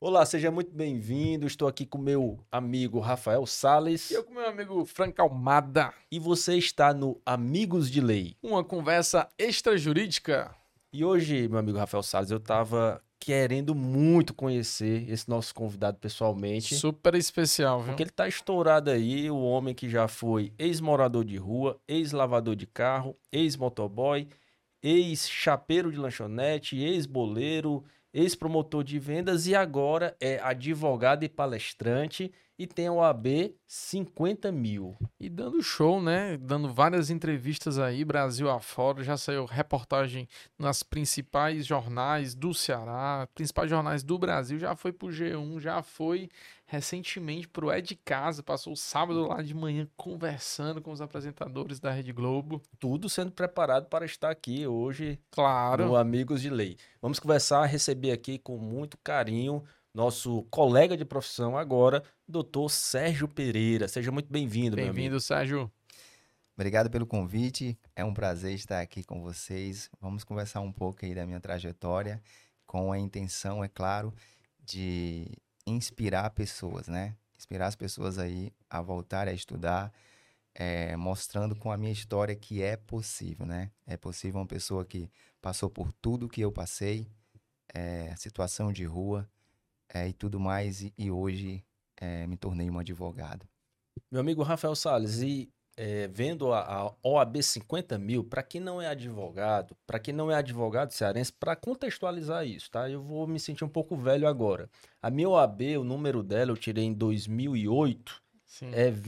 Olá, seja muito bem-vindo. Estou aqui com meu amigo Rafael E eu Sales com meu amigo Frank Almada, e você está no Amigos de Lei. uma conversa extrajurídica. E hoje, meu amigo Rafael Sales, eu estava querendo muito conhecer esse nosso convidado pessoalmente, Super especial, porque viu? ele está estourado aí, o homem que já foi ex-morador de rua, ex-lavador de carro, ex-motoboy, ex-chapeiro de lanchonete, ex-boleiro, ex-promotor de vendas e agora é advogado e palestrante e tem a OAB 50 mil. E dando show, né? Dando várias entrevistas aí, Brasil afora. Já saiu reportagem nas principais jornais do Ceará, principais jornais do Brasil. Já foi pro G1, já foi recentemente pro É de Casa. Passou o sábado lá de manhã conversando com os apresentadores da Rede Globo. Tudo sendo preparado para estar aqui hoje no Claro. Amigos de Lei. Vamos conversar, receber aqui com muito carinho nosso colega de profissão agora, doutor Sérgio Pereira. Seja muito bem-vindo, meu amigo. Bem-vindo, Sérgio. Obrigado pelo convite. É um prazer estar aqui com vocês. Vamos conversar um pouco aí da minha trajetória, com a intenção, é claro, de inspirar pessoas, né? Inspirar as pessoas aí a voltarem a estudar, mostrando com a minha história que é possível, né? É possível uma pessoa que passou por tudo que eu passei, situação de rua, e tudo mais, e hoje me tornei um advogado. Meu amigo Rafael Sales, e vendo a OAB 50 mil, para quem não é advogado, para quem não é advogado cearense, para contextualizar isso, tá? Eu vou me sentir um pouco velho agora. A minha OAB, o número dela eu tirei em 2008, Sim. é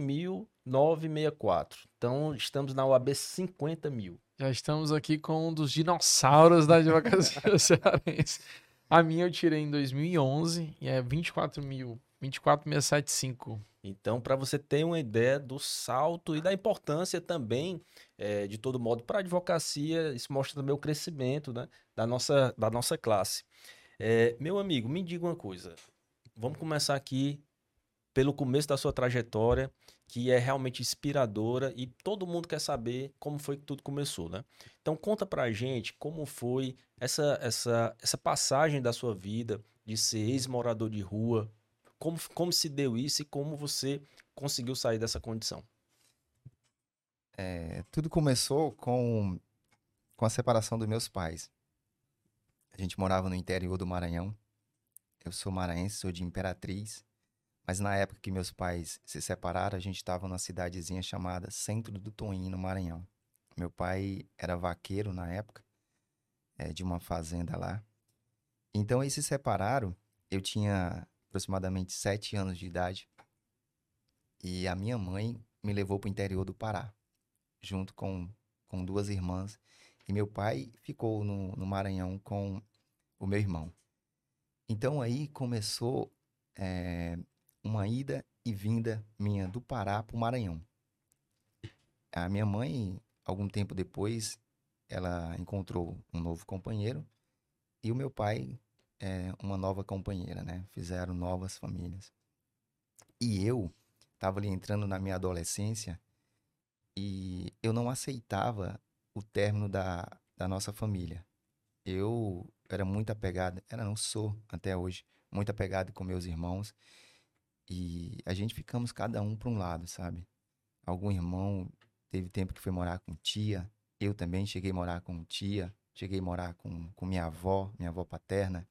20.964. Então estamos na OAB 50 mil. Já estamos aqui com um dos dinossauros da advocacia cearense. A minha eu tirei em 2011 e é 24 mil, 24.675. Então, para você ter uma ideia do salto e da importância também, de todo modo, para a advocacia, isso mostra também o crescimento, né, da nossa classe. Meu amigo, me diga uma coisa. Vamos começar aqui pelo começo da sua trajetória, que é realmente inspiradora e todo mundo quer saber como foi que tudo começou, né? Então, conta pra gente como foi essa passagem da sua vida de ser ex-morador de rua, como se deu isso e como você conseguiu sair dessa condição. Tudo começou com a separação dos meus pais. A gente morava no interior do Maranhão. Eu sou maranhense, sou de Imperatriz. Mas na época que meus pais se separaram, a gente estava numa cidadezinha chamada Centro do Toinho, no Maranhão. Meu pai era vaqueiro na época, de uma fazenda lá. Então eles se separaram, eu tinha aproximadamente 7 anos de idade. E a minha mãe me levou para o interior do Pará, junto com duas irmãs. E meu pai ficou no Maranhão com o meu irmão. Então aí começou uma ida e vinda minha do Pará para o Maranhão. A minha mãe, algum tempo depois, ela encontrou um novo companheiro e o meu pai uma nova companheira, né? Fizeram novas famílias. E eu estava ali entrando na minha adolescência e eu não aceitava o término da nossa família. Eu era muito apegado, não sou até hoje, muito apegado com meus irmãos e a gente ficamos cada um para um lado, sabe? Algum irmão teve tempo que foi morar com tia, eu também cheguei a morar com tia, cheguei a morar com minha avó paterna.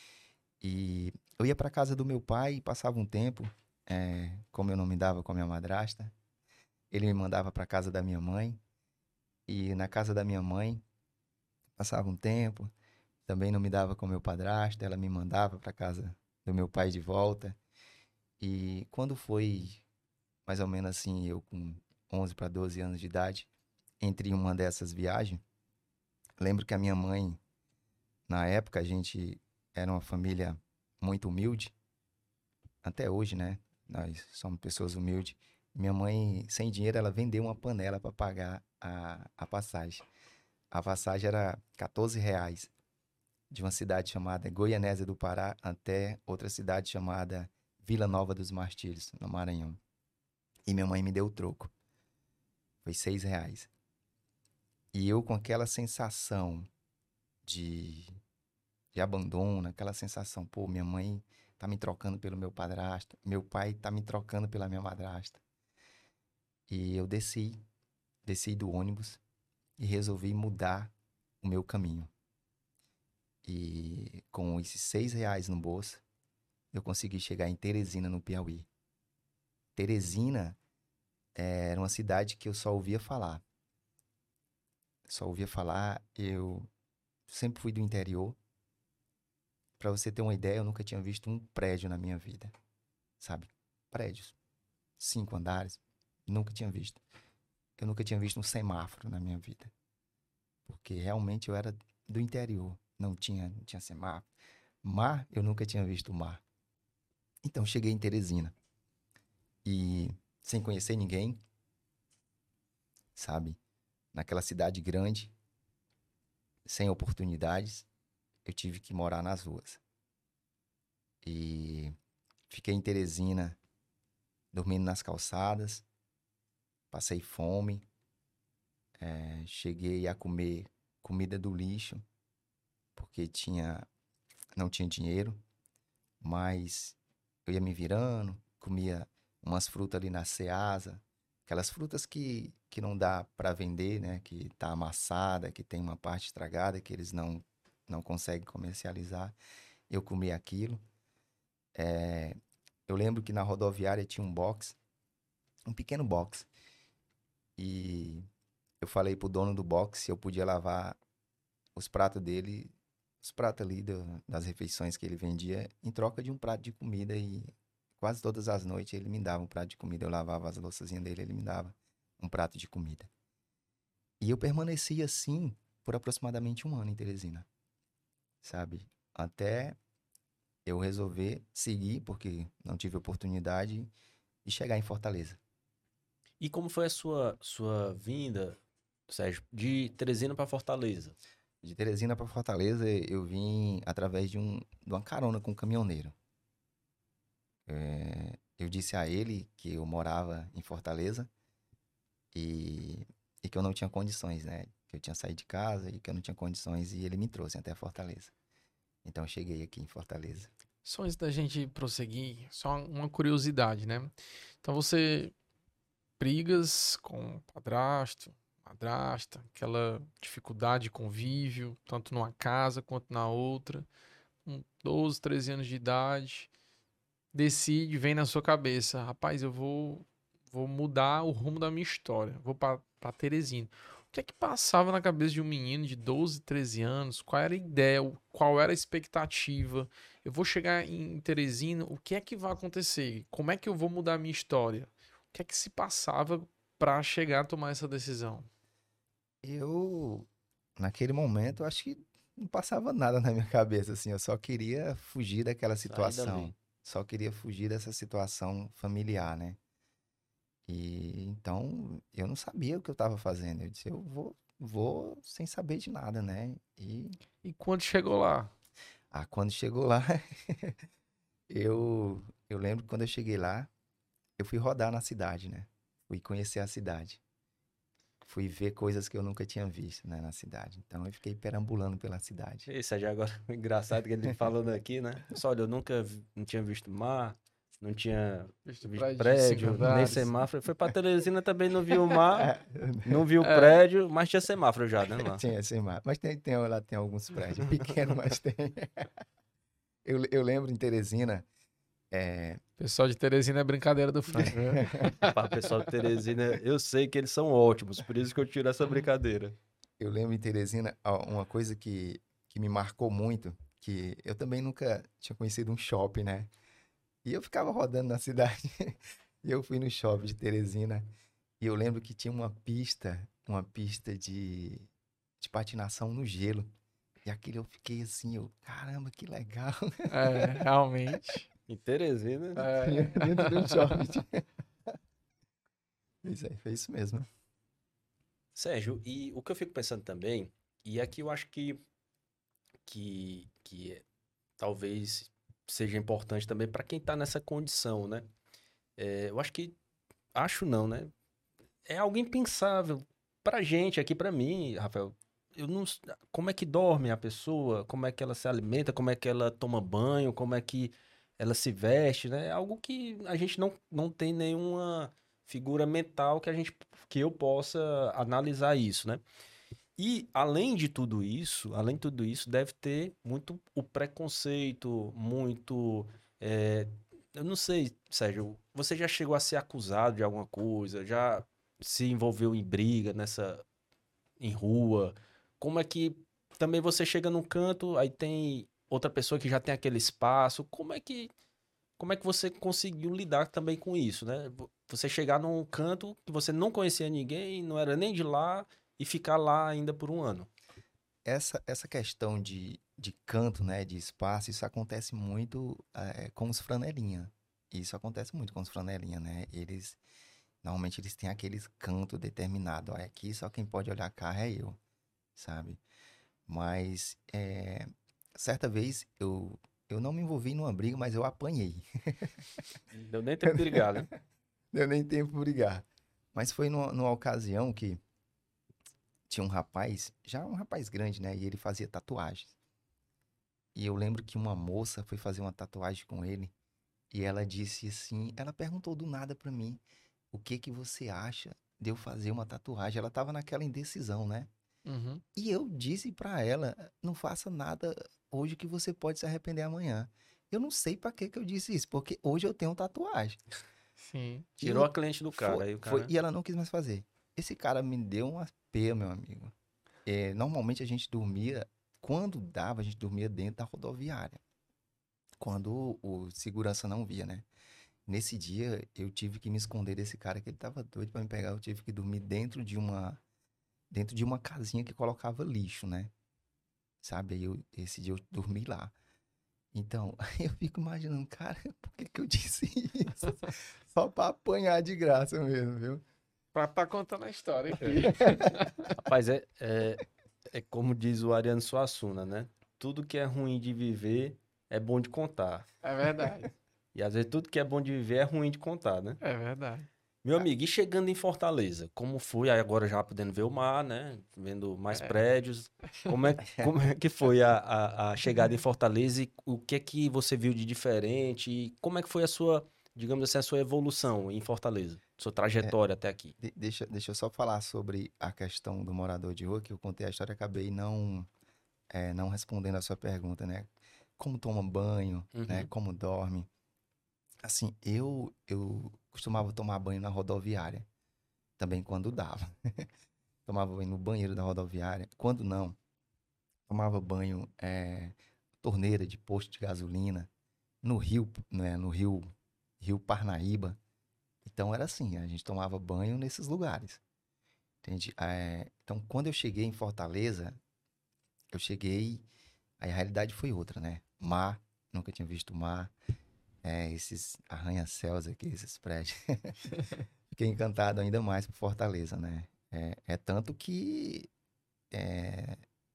E eu ia para casa do meu pai e passava um tempo, como eu não me dava com a minha madrasta, ele me mandava para casa da minha mãe e na casa da minha mãe passava um tempo, também não me dava com meu padrasto, ela me mandava para casa do meu pai de volta. E quando foi mais ou menos assim, eu com 11 para 12 anos de idade, entre uma dessas viagens, lembro que a minha mãe, na época, a gente era uma família muito humilde, até hoje, né? Nós somos pessoas humildes. Minha mãe, sem dinheiro, ela vendeu uma panela para pagar a passagem. A passagem era R$ 14, de uma cidade chamada Goianésia do Pará até outra cidade chamada Vila Nova dos Martírios, no Maranhão. E minha mãe me deu o troco. Foi R$ 6. E eu com aquela sensação de de abandono, aquela sensação, pô, minha mãe tá me trocando pelo meu padrasto, meu pai tá me trocando pela minha madrasta. E eu desci do ônibus e resolvi mudar o meu caminho. E com esses R$ 6 no bolso, eu consegui chegar em Teresina, no Piauí. Teresina era uma cidade que eu só ouvia falar. Só ouvia falar, eu sempre fui do interior. Pra você ter uma ideia, eu nunca tinha visto um prédio na minha vida, sabe? Prédios, 5 andares, nunca tinha visto. Eu nunca tinha visto um semáforo na minha vida, porque realmente eu era do interior, não tinha semáforo. Mar, eu nunca tinha visto o mar. Então cheguei em Teresina e sem conhecer ninguém, sabe? Naquela cidade grande, sem oportunidades, eu tive que morar nas ruas. E fiquei em Teresina, dormindo nas calçadas, passei fome, cheguei a comer comida do lixo, porque não tinha dinheiro, mas eu ia me virando, comia umas frutas ali na Ceasa, aquelas frutas que não dá para vender, né? Que tá amassada, que tem uma parte estragada, que eles não conseguem comercializar. Eu comia aquilo. Eu lembro que na rodoviária tinha um box, um pequeno box, e eu falei pro dono do box se eu podia lavar os pratos dele, os pratos ali das refeições que ele vendia, em troca de um prato de comida. E quase todas as noites ele me dava um prato de comida. Eu lavava as louçazinhas dele, ele me dava um prato de comida. E eu permaneci assim por aproximadamente um ano em Teresina, sabe? Até eu resolver seguir, porque não tive oportunidade, e chegar em Fortaleza. E como foi a sua vinda, Sérgio, de Teresina para Fortaleza? De Teresina para Fortaleza, eu vim através de uma carona com um caminhoneiro. Eu disse a ele que eu morava em Fortaleza e que eu não tinha condições, né? Que eu tinha saído de casa e que eu não tinha condições, e ele me trouxe até Fortaleza. Então eu cheguei aqui em Fortaleza. Só antes da gente prosseguir, só uma curiosidade, né? Então você brigas com o padrasto, madrasta, aquela dificuldade de convívio, tanto numa casa quanto na outra, com 12, 13 anos de idade, decide, vem na sua cabeça, rapaz, vou mudar o rumo da minha história, vou para Teresina. O que é que passava na cabeça de um menino de 12, 13 anos? Qual era a ideia? Qual era a expectativa? Eu vou chegar em Teresina, o que é que vai acontecer? Como é que eu vou mudar a minha história? O que é que se passava para chegar a tomar essa decisão? Eu, naquele momento, acho que não passava nada na minha cabeça, assim. Eu só queria fugir daquela Saí situação. dali. Só queria fugir dessa situação familiar, né? E então eu não sabia o que eu estava fazendo. Eu disse, eu vou sem saber de nada, né? E quando chegou lá? Quando chegou lá, eu lembro que quando eu cheguei lá, eu fui rodar na cidade, né? Fui conhecer a cidade. Fui ver coisas que eu nunca tinha visto, né, na cidade. Então eu fiquei perambulando pela cidade. Esse é agora engraçado que ele falando aqui, né? Só, olha, eu nunca não tinha visto mar, não tinha Visto visto prédio de 5 prédio, nem andares. semáforo. Foi pra Teresina também, não viu o mar, É, não viu o É, prédio, mas tinha semáforo já, né, lá? tinha assim, mas lá tem alguns prédios pequenos, mas tem. Eu lembro em Teresina, é, pessoal de Teresina é brincadeira do Franco, viu? Para o pessoal de Teresina, eu sei que eles são ótimos, por isso que eu tiro essa brincadeira. eu lembro em Teresina uma coisa que me marcou muito, que eu também nunca tinha conhecido um shopping, né? E eu ficava rodando na cidade. E eu fui no shopping de Teresina e eu lembro que tinha uma pista de patinação no gelo. E aquilo eu fiquei assim, caramba, que legal. É, realmente. Em Teresina, É. Dentro de um shopping. Isso aí, foi isso mesmo. Sérgio, e o que eu fico pensando também, e aqui eu acho talvez seja importante também para quem está nessa condição, né? Eu acho não, né? É algo impensável pra gente aqui, pra mim, Rafael. eu não, como é que dorme a pessoa, como é que ela se alimenta, como é que ela toma banho, como é que ela se veste, né? É algo que a gente não tem nenhuma figura mental que eu possa analisar isso, né? E além de tudo isso, deve ter muito o preconceito, muito. eh, eu não sei, Sérgio, você já chegou a ser acusado de alguma coisa? Já se envolveu em briga em rua? Como é que também você chega num canto, aí tem outra pessoa que já tem aquele espaço? Como é que você conseguiu lidar também com isso, né? Você chegar num canto que você não conhecia ninguém, não era nem de lá, e ficar lá ainda por um ano. Essa questão de canto, né, de espaço, isso acontece muito com os flanelinha. Isso acontece muito com os flanelinha, né? Normalmente eles têm aqueles canto determinado. Olha, aqui só quem pode olhar carro é eu, sabe? Mas certa vez eu não me envolvi numa briga, mas eu apanhei. Não deu nem tempo de brigar, né? Deu nem tempo de brigar. Mas foi numa ocasião que tinha um rapaz, já um rapaz grande, né? E ele fazia tatuagens. E eu lembro que uma moça foi fazer uma tatuagem com ele e ela disse assim, ela perguntou do nada pra mim, o que que você acha de eu fazer uma tatuagem? Ela tava naquela indecisão, né? Uhum. E eu disse pra ela, não faça nada hoje que você pode se arrepender amanhã. Eu não sei pra que eu disse isso, porque hoje eu tenho tatuagem. Sim. E Tirou a cliente do cara, aí o e cara. ela não quis mais fazer. Esse cara me deu uma peia, meu amigo. Normalmente a gente dormia, quando dava, a gente dormia dentro da rodoviária. Quando o segurança não via, né? Nesse dia, eu tive que me esconder desse cara que ele tava doido pra me pegar. Eu tive que dormir dentro de uma casinha que colocava lixo, né? Sabe? Esse dia eu dormi lá. Então, eu fico imaginando, cara, por que que eu disse isso? Só pra apanhar de graça mesmo, viu? Pra tá contando a história aqui. Rapaz, é como diz o Ariano Suassuna, né? Tudo que é ruim de viver é bom de contar. É verdade. E às vezes tudo que é bom de viver é ruim de contar, né? É verdade. Meu amigo, e chegando em Fortaleza, como foi? Aí agora já podendo ver o mar, né? Vendo mais É. prédios. Como é que foi a chegada em Fortaleza e o que é que você viu de diferente? E como é que foi a sua, digamos assim, a sua evolução em Fortaleza? Sua É, trajetória até aqui? deixa eu só falar sobre a questão do morador de rua, que eu contei a história e acabei não respondendo a sua pergunta, né? Como toma banho, né? Uhum. Como dorme. Assim, eu costumava tomar banho na rodoviária, também quando dava. Tomava banho no banheiro da rodoviária. Quando não, tomava banho torneira de posto de gasolina, no rio, né? No rio Parnaíba. Então era assim, a gente tomava banho nesses lugares. Entende? Então, quando eu cheguei em Fortaleza, eu cheguei, aí a realidade foi outra, né? Mar, nunca tinha visto mar, esses arranha-céus aqui, esses prédios. Fiquei encantado ainda mais por Fortaleza, né? É tanto que é,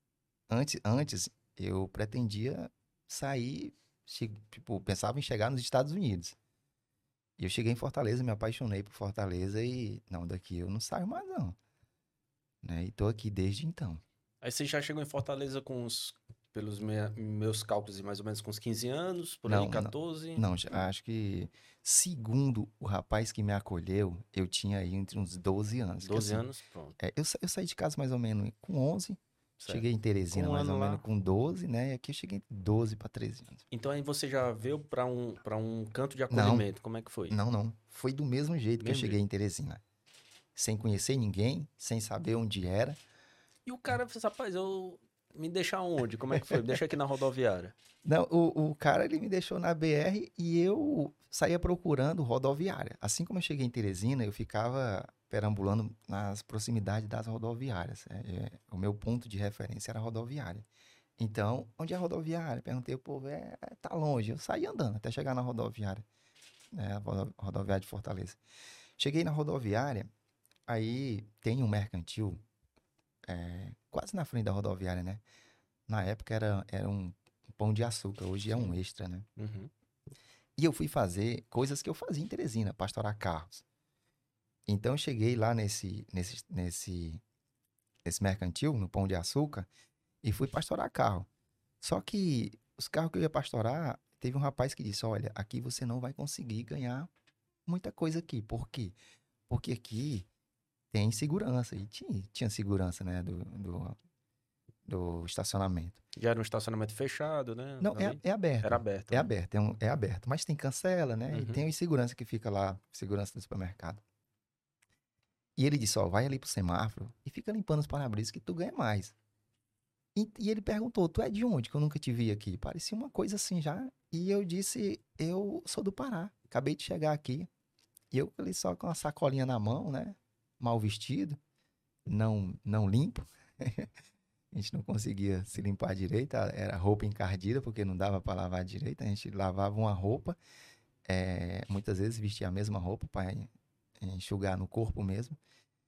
antes eu pretendia sair, tipo, pensava em chegar nos Estados Unidos. E eu cheguei em Fortaleza, me apaixonei por Fortaleza e, não, daqui eu não saio mais não, né? E tô aqui desde então. Aí você já chegou em Fortaleza pelos meus cálculos, mais ou menos com uns 15 anos, por aí, Não, não, 14. não, acho que segundo o rapaz que me acolheu, eu tinha aí entre uns 12 anos, que 12 assim, anos, pronto. eu saí de casa mais ou menos com 11, Certo. cheguei em Teresina Com um mais ou ano menos lá. com 12, né? E aqui eu cheguei de 12 para 13 anos. Então aí você já veio para um canto de Não, acolhimento. Como é que foi? não. Foi do mesmo jeito que eu Mesmo cheguei jeito. em Teresina. Sem conhecer ninguém, sem saber onde era. E o cara falou, rapaz, me deixa onde? Como é que foi? Me deixa aqui na rodoviária. Não, o cara, ele me deixou na BR e eu saía procurando rodoviária. Assim como eu cheguei em Teresina, eu ficava perambulando nas proximidades das rodoviárias. O meu ponto de referência era a rodoviária. Então, onde é a rodoviária? Perguntei, pô, tá longe. Eu saí andando até chegar na rodoviária, né, a rodoviária de Fortaleza. Cheguei na rodoviária, aí tem um mercantil, quase na frente da rodoviária, né? Na época era um pão de açúcar, hoje é um Sim. extra, né? Uhum. E eu fui fazer coisas que eu fazia em Teresina, pastorar carros. Então eu cheguei lá nesse mercantil, no Pão de Açúcar, e fui pastorar carro. Só que os carros que eu ia pastorar, teve um rapaz que disse, olha, aqui você não vai conseguir ganhar muita coisa aqui. Por quê? Porque aqui tem segurança. E tinha segurança, né, do estacionamento. Já era um estacionamento fechado, né? Não, Ali. é aberto. Era aberto, É né? aberto, é aberto. Mas tem cancela, né? E tem Uhum. os segurança que fica lá, segurança do supermercado. E ele disse, ó, vai ali pro semáforo e fica limpando os para-brisas que tu ganha mais. E ele perguntou, tu é de onde? Que eu nunca te vi aqui. Parecia uma coisa assim já. E eu disse, eu sou do Pará. Acabei de chegar aqui. E eu ali só com a sacolinha na mão, né? Mal vestido. Não limpo. A gente não conseguia se limpar direito. Era roupa encardida, porque não dava para lavar direito. A gente lavava uma roupa. Muitas vezes vestia a mesma roupa para enxugar no corpo mesmo.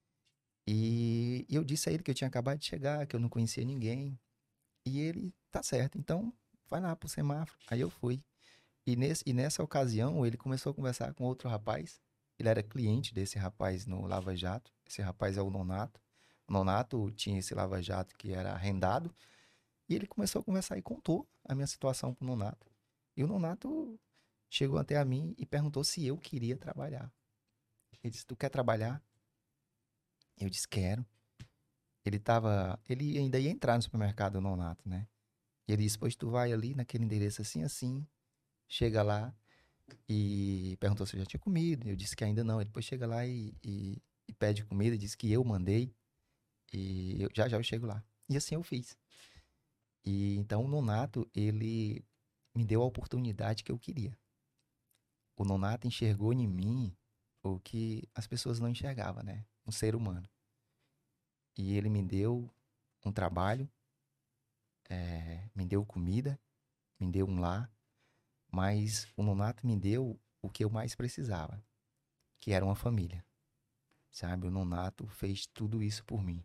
E eu disse a ele que eu tinha acabado de chegar, que eu não conhecia ninguém. E ele, tá certo, então vai lá pro semáforo. Aí eu fui. E nessa ocasião, ele começou a conversar com outro rapaz. Ele era cliente desse rapaz no Lava Jato. Esse rapaz é o Nonato. O Nonato tinha esse Lava Jato que era arrendado. E ele começou a conversar e contou a minha situação pro Nonato. E o Nonato chegou até a mim e perguntou se eu queria trabalhar. Ele disse, tu quer trabalhar? Eu disse, quero. Ele ainda ia entrar no supermercado Nonato, né? E ele disse, pois tu vai ali naquele endereço assim, assim, chega lá e perguntou se eu já tinha comido. Eu disse que ainda não. Ele depois chega lá e pede comida, diz que eu mandei e já eu chego lá. E assim eu fiz. E então o Nonato, ele me deu a oportunidade que eu queria. O Nonato enxergou em mim o que as pessoas não enxergavam, né? Um ser humano. E ele me deu um trabalho, me deu comida, me deu um lar, mas o Nonato me deu o que eu mais precisava, que era uma família, sabe? O Nonato fez tudo isso por mim.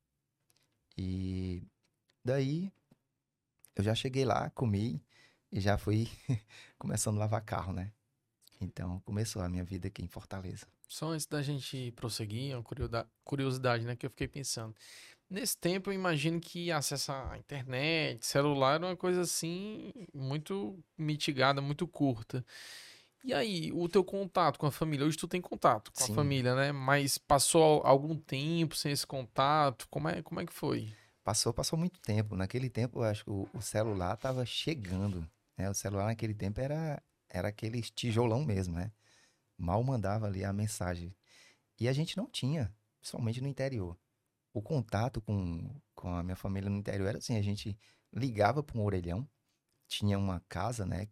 E daí eu já cheguei lá, comi e já fui começando a lavar carro, né? Então começou a minha vida aqui em Fortaleza. Só antes da gente prosseguir, uma curiosidade, né, que eu fiquei pensando. Nesse tempo, eu imagino que acesso à internet, celular, era uma coisa assim, muito mitigada, muito curta. E aí, o teu contato com a família? Hoje tu tem contato com a Sim, família, né? Mas passou algum tempo sem esse contato? Como é que foi? passou muito tempo. Naquele tempo, eu acho que o celular estava chegando, né? O celular naquele tempo era aquele tijolão mesmo, né? Mal mandava ali a mensagem. E a gente não tinha, principalmente no interior. O contato com a minha família no interior era assim, a gente ligava para um orelhão, tinha uma casa, né,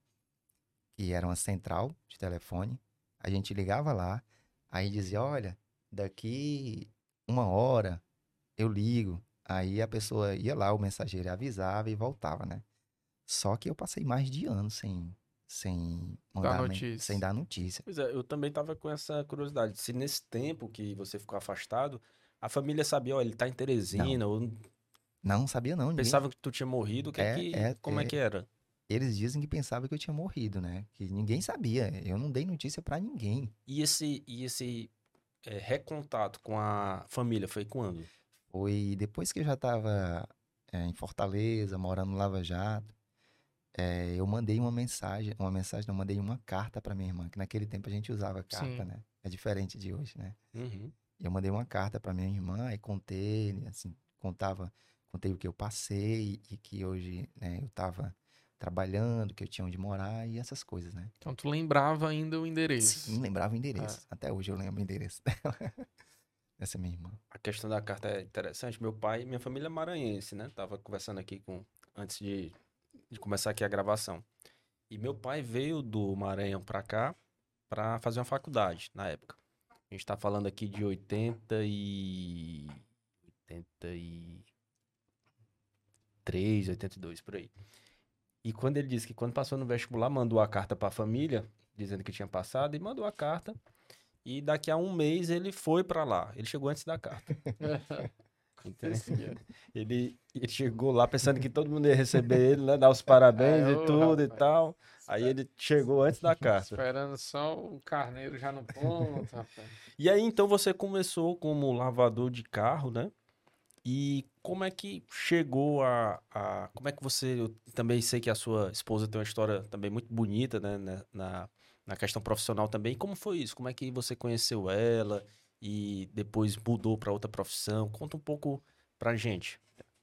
que era uma central de telefone, a gente ligava lá, aí dizia, olha, daqui uma hora eu ligo, aí a pessoa ia lá, o mensageiro avisava e voltava, né? Só que eu passei mais de anos sem Da sem notícia. dar notícia. Pois é, eu também tava com essa curiosidade. Se nesse tempo que você ficou afastado, a família sabia, ó, ele tá em Não, Teresina, ou não sabia não, ninguém. pensava que tu tinha morrido, É, é, como é é, que era? Eles dizem que pensavam que eu tinha morrido, né? Que ninguém sabia. Eu não dei notícia pra ninguém. E esse recontato com a família foi quando? Foi depois que eu já tava em Fortaleza, morando no Lava Jato, eu mandei uma mensagem, não, mandei uma carta pra minha irmã, que naquele tempo a gente usava carta, Sim. né? É diferente de hoje, né? Uhum. E eu mandei uma carta pra minha irmã e contei, assim, contei o que eu passei e que hoje, né, eu tava trabalhando, que eu tinha onde morar e essas coisas, né? Então tu lembrava ainda o Sim, endereço. lembrava o É. endereço. Até hoje eu lembro o endereço dessa minha irmã. A questão da carta é interessante. Minha família é maranhense, né? Tava conversando aqui antes de começar aqui a gravação. E meu pai veio do Maranhão pra cá pra fazer uma faculdade na época. A gente tá falando aqui de 83, 82 por aí. E quando ele disse que quando passou no vestibular, mandou a carta pra família, dizendo que tinha passado, e mandou a carta. E daqui a um mês ele foi pra lá. Ele chegou antes da carta. Entende? Acontecia. Ele chegou lá pensando que todo mundo ia receber ele, né? Dar os parabéns e Ô, tudo e rapaz. tal. Aí ele chegou antes da carta. Esperando só o carneiro já no ponto, rapaz. E aí então você começou como lavador de carro, né? E como é que chegou como é que você... Eu também sei que a sua esposa tem uma história também muito bonita, né, na questão profissional também. Como foi isso? Como é que você conheceu ela e depois mudou para outra profissão? Conta um pouco pra gente.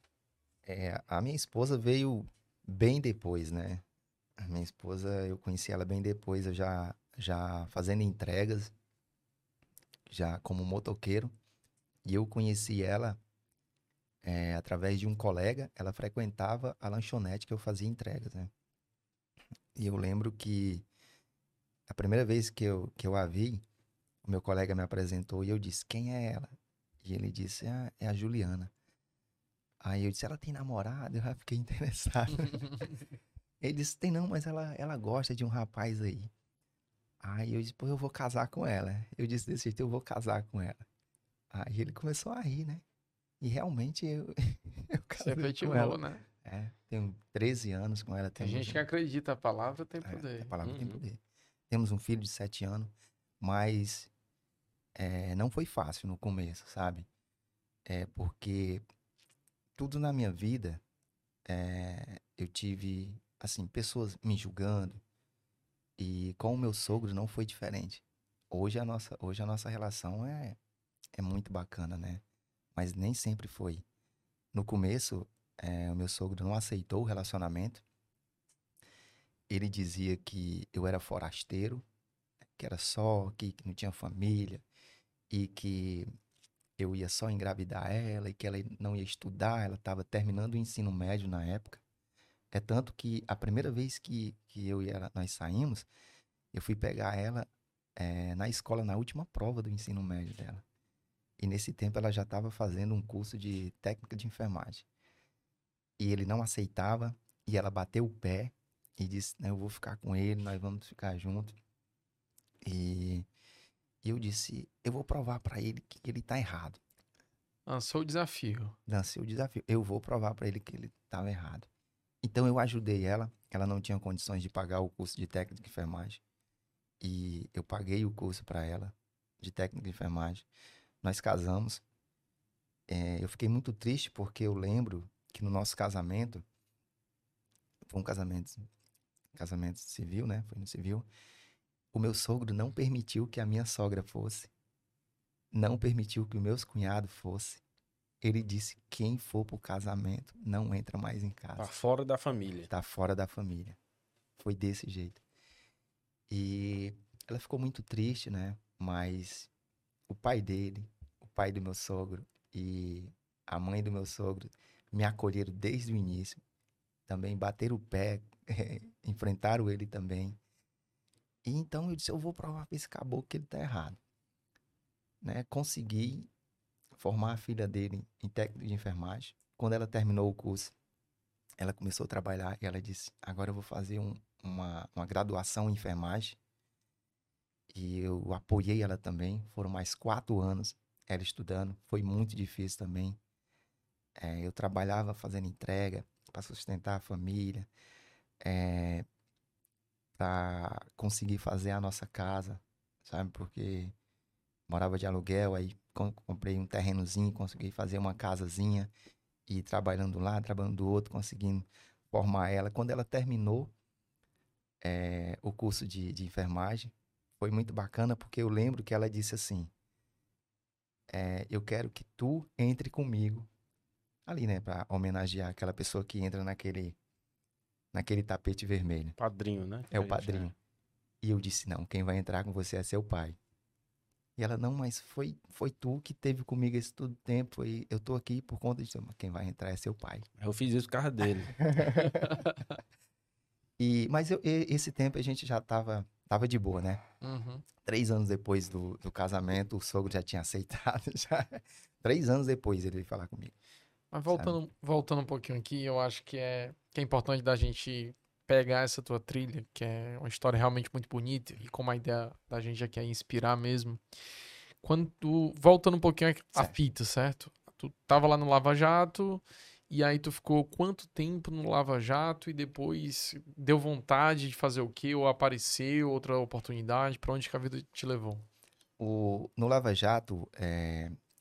A minha esposa veio bem depois, né? A minha esposa, eu conheci ela bem depois, eu já fazendo entregas, já como motoqueiro. E eu conheci ela através de um colega, ela frequentava a lanchonete que eu fazia entregas, né? E eu lembro que a primeira vez que eu a vi, o meu colega me apresentou e eu disse, quem é ela? E ele disse, ah, é a Juliana. Aí eu disse, ela tem namorado? Eu já fiquei interessado. Ele disse, tem não, mas ela gosta de um rapaz aí. Aí eu disse, pô, eu vou casar com ela. Eu disse desse jeito, eu vou casar com ela. Aí ele começou a rir, né? E realmente eu Você casei com efetivou, ela. né? Tenho 13 anos com ela. Tem Temos gente que acredita, a palavra tem a poder. palavra tem Uhum. poder. Temos um filho de 7 anos, mas não foi fácil no começo, sabe? Porque tudo na minha vida, eu tive, assim, pessoas me julgando, e com o meu sogro não foi diferente. Hoje a nossa relação é muito bacana, né? Mas nem sempre foi. No começo, o meu sogro não aceitou o relacionamento. Ele dizia que eu era forasteiro, que era só, que não tinha família, e que eu ia só engravidar ela, e que ela não ia estudar, ela estava terminando o ensino médio na época. É tanto que a primeira vez que eu e ela, nós saímos, eu fui pegar ela na escola, na última prova do ensino médio dela. E nesse tempo ela já estava fazendo um curso de técnica de enfermagem. E ele não aceitava, e ela bateu o pé e disse, "Não, eu vou ficar com ele, nós vamos ficar juntos." E eu disse, eu vou provar para ele que ele tá errado. Lançou o desafio. Lancei o desafio. Eu vou provar para ele que ele estava errado. Então eu ajudei ela. Ela não tinha condições de pagar o curso de técnica de enfermagem. E eu paguei o curso para ela de técnica de enfermagem. Nós casamos. Eu fiquei muito triste porque eu lembro que no nosso casamento, foi um casamento civil, né? Foi no civil. O meu sogro não permitiu que a minha sogra fosse. Não permitiu que os meus cunhados fossem. Ele disse, quem for pro casamento não entra mais em Tá casa. fora da família. Tá fora da família. Foi desse jeito. E ela ficou muito triste, né? Mas o pai dele, o pai do meu sogro e a mãe do meu sogro me acolheram desde o início. Também bateram o pé, enfrentaram ele também. E então eu disse, eu vou provar pra esse caboclo que ele tá errado. Né? Consegui formar a filha dele em técnico de enfermagem. Quando ela terminou o curso, ela começou a trabalhar e ela disse, agora eu vou fazer uma graduação em enfermagem. E eu apoiei ela também. Foram mais 4 anos ela estudando. Foi muito difícil também. Eu trabalhava fazendo entrega para sustentar a família, para conseguir fazer a nossa casa, sabe? Porque morava de aluguel, aí comprei um terrenozinho, consegui fazer uma casazinha e trabalhando lá, trabalhando do outro, conseguindo formar ela. Quando ela terminou o curso de enfermagem, foi muito bacana porque eu lembro que ela disse assim, eu quero que tu entre comigo ali, né, para homenagear aquela pessoa que entra naquele tapete vermelho. Padrinho, né? É o padrinho. E eu disse, não, quem vai entrar com você é seu pai. E ela, não, mas foi tu que teve comigo esse todo tempo e eu tô aqui por conta disso. Quem vai entrar é seu pai. Eu fiz isso por causa dele. Mas esse tempo a gente já tava de boa, né? Uhum. 3 anos depois do casamento, o sogro já tinha aceitado. Já. 3 anos depois ele veio falar comigo. Mas voltando um pouquinho aqui, eu acho que é importante da gente pegar essa tua trilha, que é uma história realmente muito bonita, e como a ideia da gente aqui é inspirar mesmo. Voltando um pouquinho a Certo. fita, certo? Tu tava lá no Lava Jato, e aí tu ficou quanto tempo no Lava Jato, e depois deu vontade de fazer o quê? Ou apareceu outra oportunidade? Pra onde que a vida te levou? No Lava Jato,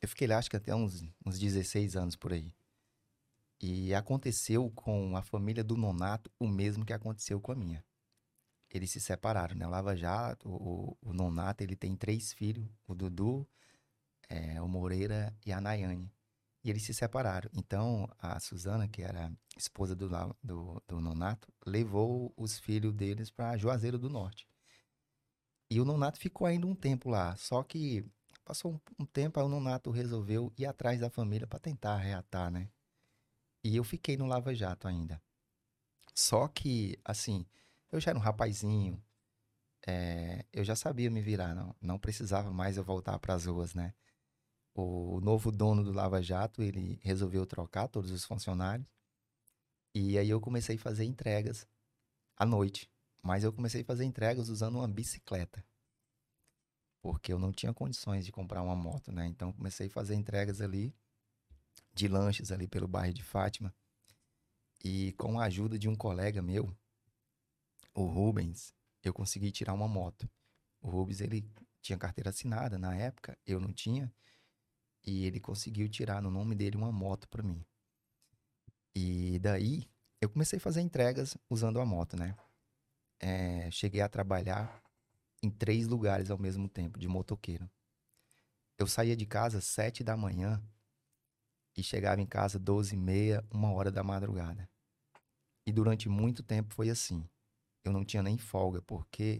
Eu fiquei lá, acho que até uns 16 anos por aí. E aconteceu com a família do Nonato o mesmo que aconteceu com a minha. Eles se separaram, né? Lava Jato, o Nonato, ele tem 3 filhos. O Dudu, o Moreira e a Nayane. E eles se separaram. Então, a Suzana, que era esposa do Nonato, levou os filhos deles para Juazeiro do Norte. E o Nonato ficou ainda um tempo lá. Só que passou um tempo, aí o Nonato resolveu ir atrás da família para tentar reatar, né? E eu fiquei no Lava Jato ainda. Só que, assim, eu já era um rapazinho, eu já sabia me virar, não precisava mais eu voltar para as ruas, né? O novo dono do Lava Jato, ele resolveu trocar todos os funcionários. E aí eu comecei a fazer entregas à noite. Mas eu comecei a fazer entregas usando uma bicicleta. Porque eu não tinha condições de comprar uma moto, né? Então comecei a fazer entregas ali, de lanches ali pelo bairro de Fátima. E com a ajuda de um colega meu, o Rubens, eu consegui tirar uma moto. O Rubens, ele tinha carteira assinada na época, eu não tinha. E ele conseguiu tirar no nome dele uma moto para mim. E daí, eu comecei a fazer entregas usando a moto, né? Cheguei a trabalhar em 3 lugares ao mesmo tempo, de motoqueiro. Eu saía de casa às 7 da manhã e chegava em casa 12h30, 1h da madrugada. E durante muito tempo foi assim. Eu não tinha nem folga, porque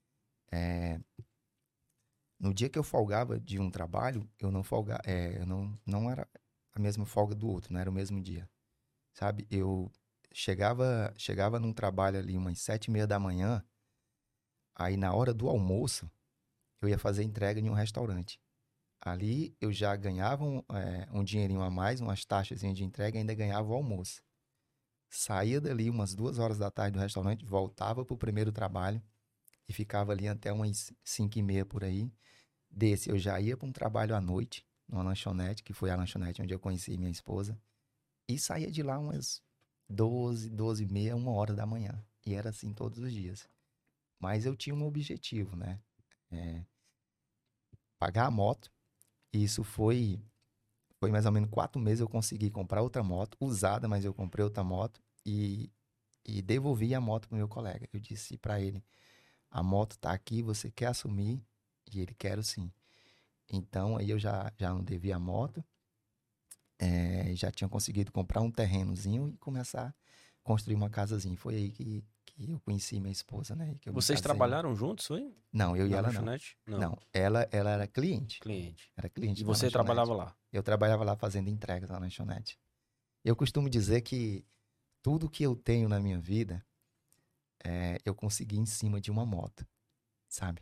no dia que eu folgava de um trabalho, eu não folgava, não era a mesma folga do outro, não era o mesmo dia. Sabe? Eu chegava num trabalho ali umas 7h30 da manhã, aí na hora do almoço, eu ia fazer entrega em um restaurante. Ali eu já ganhava um dinheirinho a mais, umas taxas de entrega e ainda ganhava o almoço. Saía dali umas 2h da tarde do restaurante, voltava pro primeiro trabalho e ficava ali até umas 5h30 por aí. Desse eu já ia para um trabalho à noite, numa lanchonete, que foi a lanchonete onde eu conheci minha esposa. E saía de lá umas 12h30, 1h da manhã. E era assim todos os dias. Mas eu tinha um objetivo, né? Pagar a moto. E isso foi mais ou menos 4 meses eu consegui comprar outra moto, usada, mas eu comprei outra moto e devolvi a moto pro meu colega. Eu disse para ele, a moto tá aqui, você quer assumir? E ele, quero sim. Então aí eu já não devia a moto, já tinha conseguido comprar um terrenozinho e começar a construir uma casazinha. Foi aí que eu conheci minha esposa, né? Que eu me Vocês casei. trabalharam juntos, foi? Não, eu e Na ela não. lanchonete? Não. Não, ela era cliente. Cliente. Era cliente E na você lanchonete. trabalhava lá? Eu trabalhava lá fazendo entregas na lanchonete. Eu costumo dizer que tudo que eu tenho na minha vida, eu consegui em cima de uma moto, sabe?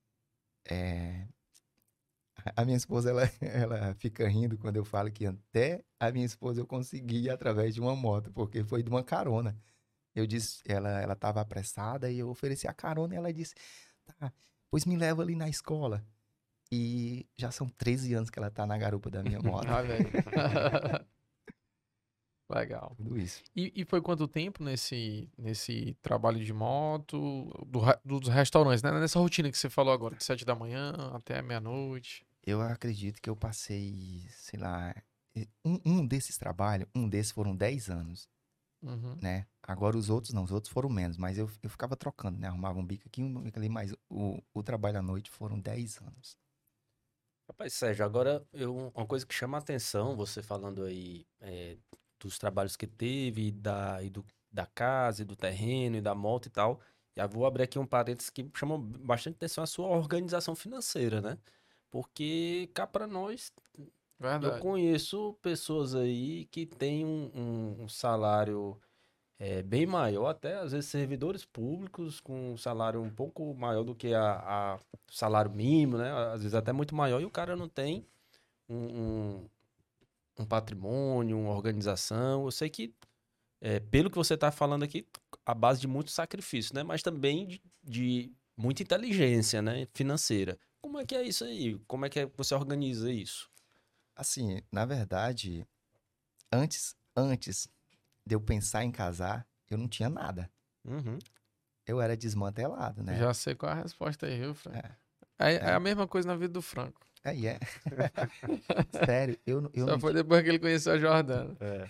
A minha esposa, ela fica rindo quando eu falo que até a minha esposa eu consegui através de uma moto, porque foi de uma carona. Eu disse, ela estava apressada e eu ofereci a carona e ela disse, tá, pois me leva ali na escola. E já são 13 anos que ela tá na garupa da minha moto. Ah, velho. Legal. Tudo isso. E foi quanto tempo nesse trabalho de moto, dos restaurantes, né? Nessa rotina que você falou agora, de 7 da manhã até meia-noite? Eu acredito que eu passei, sei lá, um desses trabalhos, foram 10 anos, Uhum. né? Agora os outros não, os outros foram menos, mas eu ficava trocando, né? Arrumava um bico aqui, um bico ali, mas o trabalho à noite foram 10 anos. Rapaz, Sérgio, agora uma coisa que chama a atenção, você falando aí dos trabalhos que teve, da casa, e do terreno, e da moto e tal. Já vou abrir aqui um parênteses que chama bastante atenção a sua organização financeira, né? Porque cá para nós, eu Verdade. conheço pessoas aí que têm um salário bem maior, até às vezes servidores públicos com um salário um pouco maior do que a salário mínimo, né? Às vezes até muito maior, e o cara não tem um, um- um patrimônio, uma organização. Eu sei que, pelo que você está falando aqui, a base de muito sacrifício, né? Mas também de muita inteligência, né? Financeira. Como é que é isso aí? Como é que você organiza isso? Assim, na verdade, antes de eu pensar em casar, eu não tinha nada. Uhum. Eu era desmantelado, né? Já sei qual é a resposta aí, viu, Franco? É, É a né? mesma coisa na vida do Franco. Aí é. Sério, eu Só não, foi depois que ele conheceu a Jordana. É.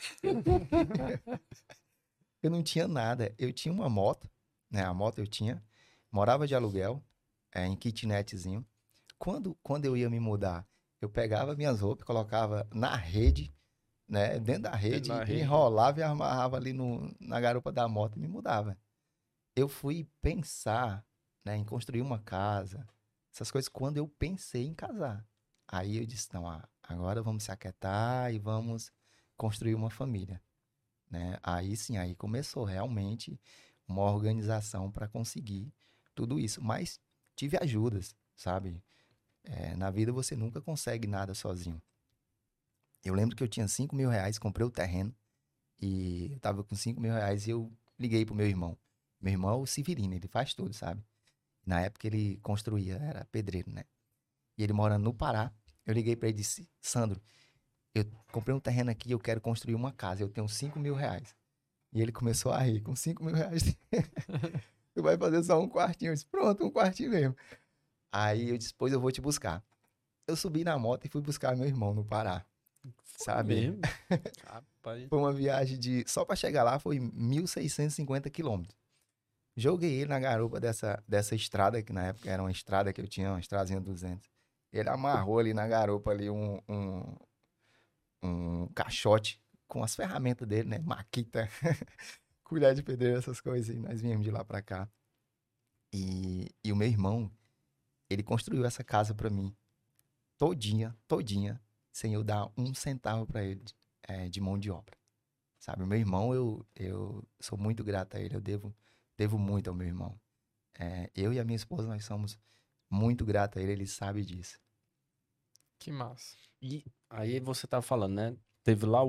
eu não tinha nada. Eu tinha uma moto, né? A moto eu tinha. Morava de aluguel, em kitnetzinho. Quando eu ia me mudar, eu pegava minhas roupas, colocava na rede, né? Dentro da rede, Na rede. enrolava e amarrava ali na garupa da moto e me mudava. Eu fui pensar, né, em construir uma casa, essas coisas, quando eu pensei em casar. Aí eu disse, não, agora vamos se aquietar e vamos construir uma família, né? Aí sim, aí começou realmente uma organização para conseguir tudo isso. Mas tive ajudas, sabe? Na vida você nunca consegue nada sozinho. Eu lembro que eu tinha R$ 5.000, comprei o terreno e eu tava com R$ 5.000 e eu liguei pro meu irmão. Meu irmão é o Severino, ele faz tudo, sabe? Na época ele construía, era pedreiro, né? E ele morando no Pará, eu liguei pra ele e disse, Sandro, eu comprei um terreno aqui e eu quero construir uma casa, eu tenho R$ 5.000. E ele começou a rir, com R$ 5.000, tu vai fazer só um quartinho. Eu disse, pronto, um quartinho mesmo. Aí eu disse, pois eu vou te buscar. Eu subi na moto e fui buscar meu irmão no Pará, sabe? Mesmo? Rapaz. Foi uma viagem só pra chegar lá foi 1.650 quilômetros. Joguei ele na garupa dessa estrada, que na época era uma estrada que eu tinha, uma estradazinha 200. Ele amarrou ali na garupa ali um caixote com as ferramentas dele, né? Maquita, colher de pedreiro, essas coisas. E nós viemos de lá pra cá. E o meu irmão, ele construiu essa casa pra mim. Todinha, sem eu dar um centavo pra ele de mão de obra. Sabe? O meu irmão, eu sou muito grato a ele. Eu devo muito ao meu irmão. Eu e a minha esposa, nós somos muito gratos a ele. Ele sabe disso. Que massa. E aí você tava falando, né? Teve lá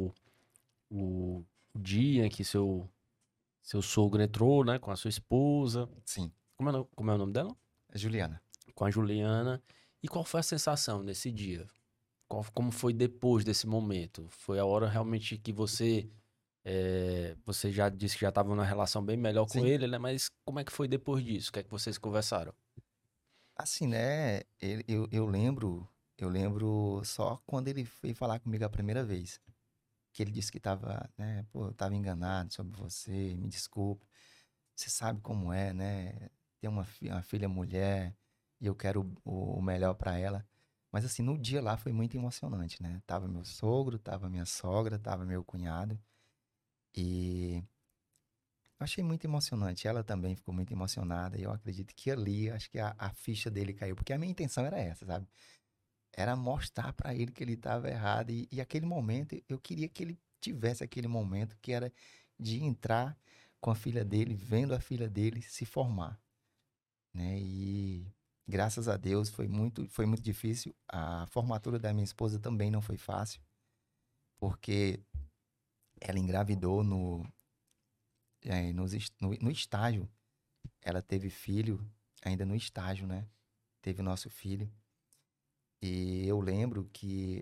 o dia em que seu sogro entrou, né? Com a sua esposa. Sim. Como é o nome dela? Juliana. Com a Juliana. E qual foi a sensação nesse dia? Como foi depois desse momento? Foi a hora realmente que você já disse que já estava numa relação bem melhor com Sim. ele, né? Mas como é que foi depois disso? O que é que vocês conversaram? Assim, né? Eu lembro só quando ele veio falar comigo a primeira vez. Que ele disse que tava, né? Pô, eu tava enganado sobre você, me desculpe. Você sabe como é, né? Ter uma filha mulher e eu quero o melhor pra ela. Mas assim, no dia lá foi muito emocionante, né? Tava meu sogro, tava minha sogra, tava meu cunhado. E eu achei muito emocionante. Ela também ficou muito emocionada. E eu acredito que ali, acho que a ficha dele caiu. Porque a minha intenção era essa, sabe? Era mostrar pra ele que ele estava errado. E aquele momento, eu queria que ele tivesse aquele momento que era de entrar com a filha dele, vendo a filha dele se formar, né? E graças a Deus foi muito difícil. A formatura da minha esposa também não foi fácil, porque ela engravidou no estágio. Ela teve filho ainda no estágio, né? Teve o nosso filho. E eu lembro que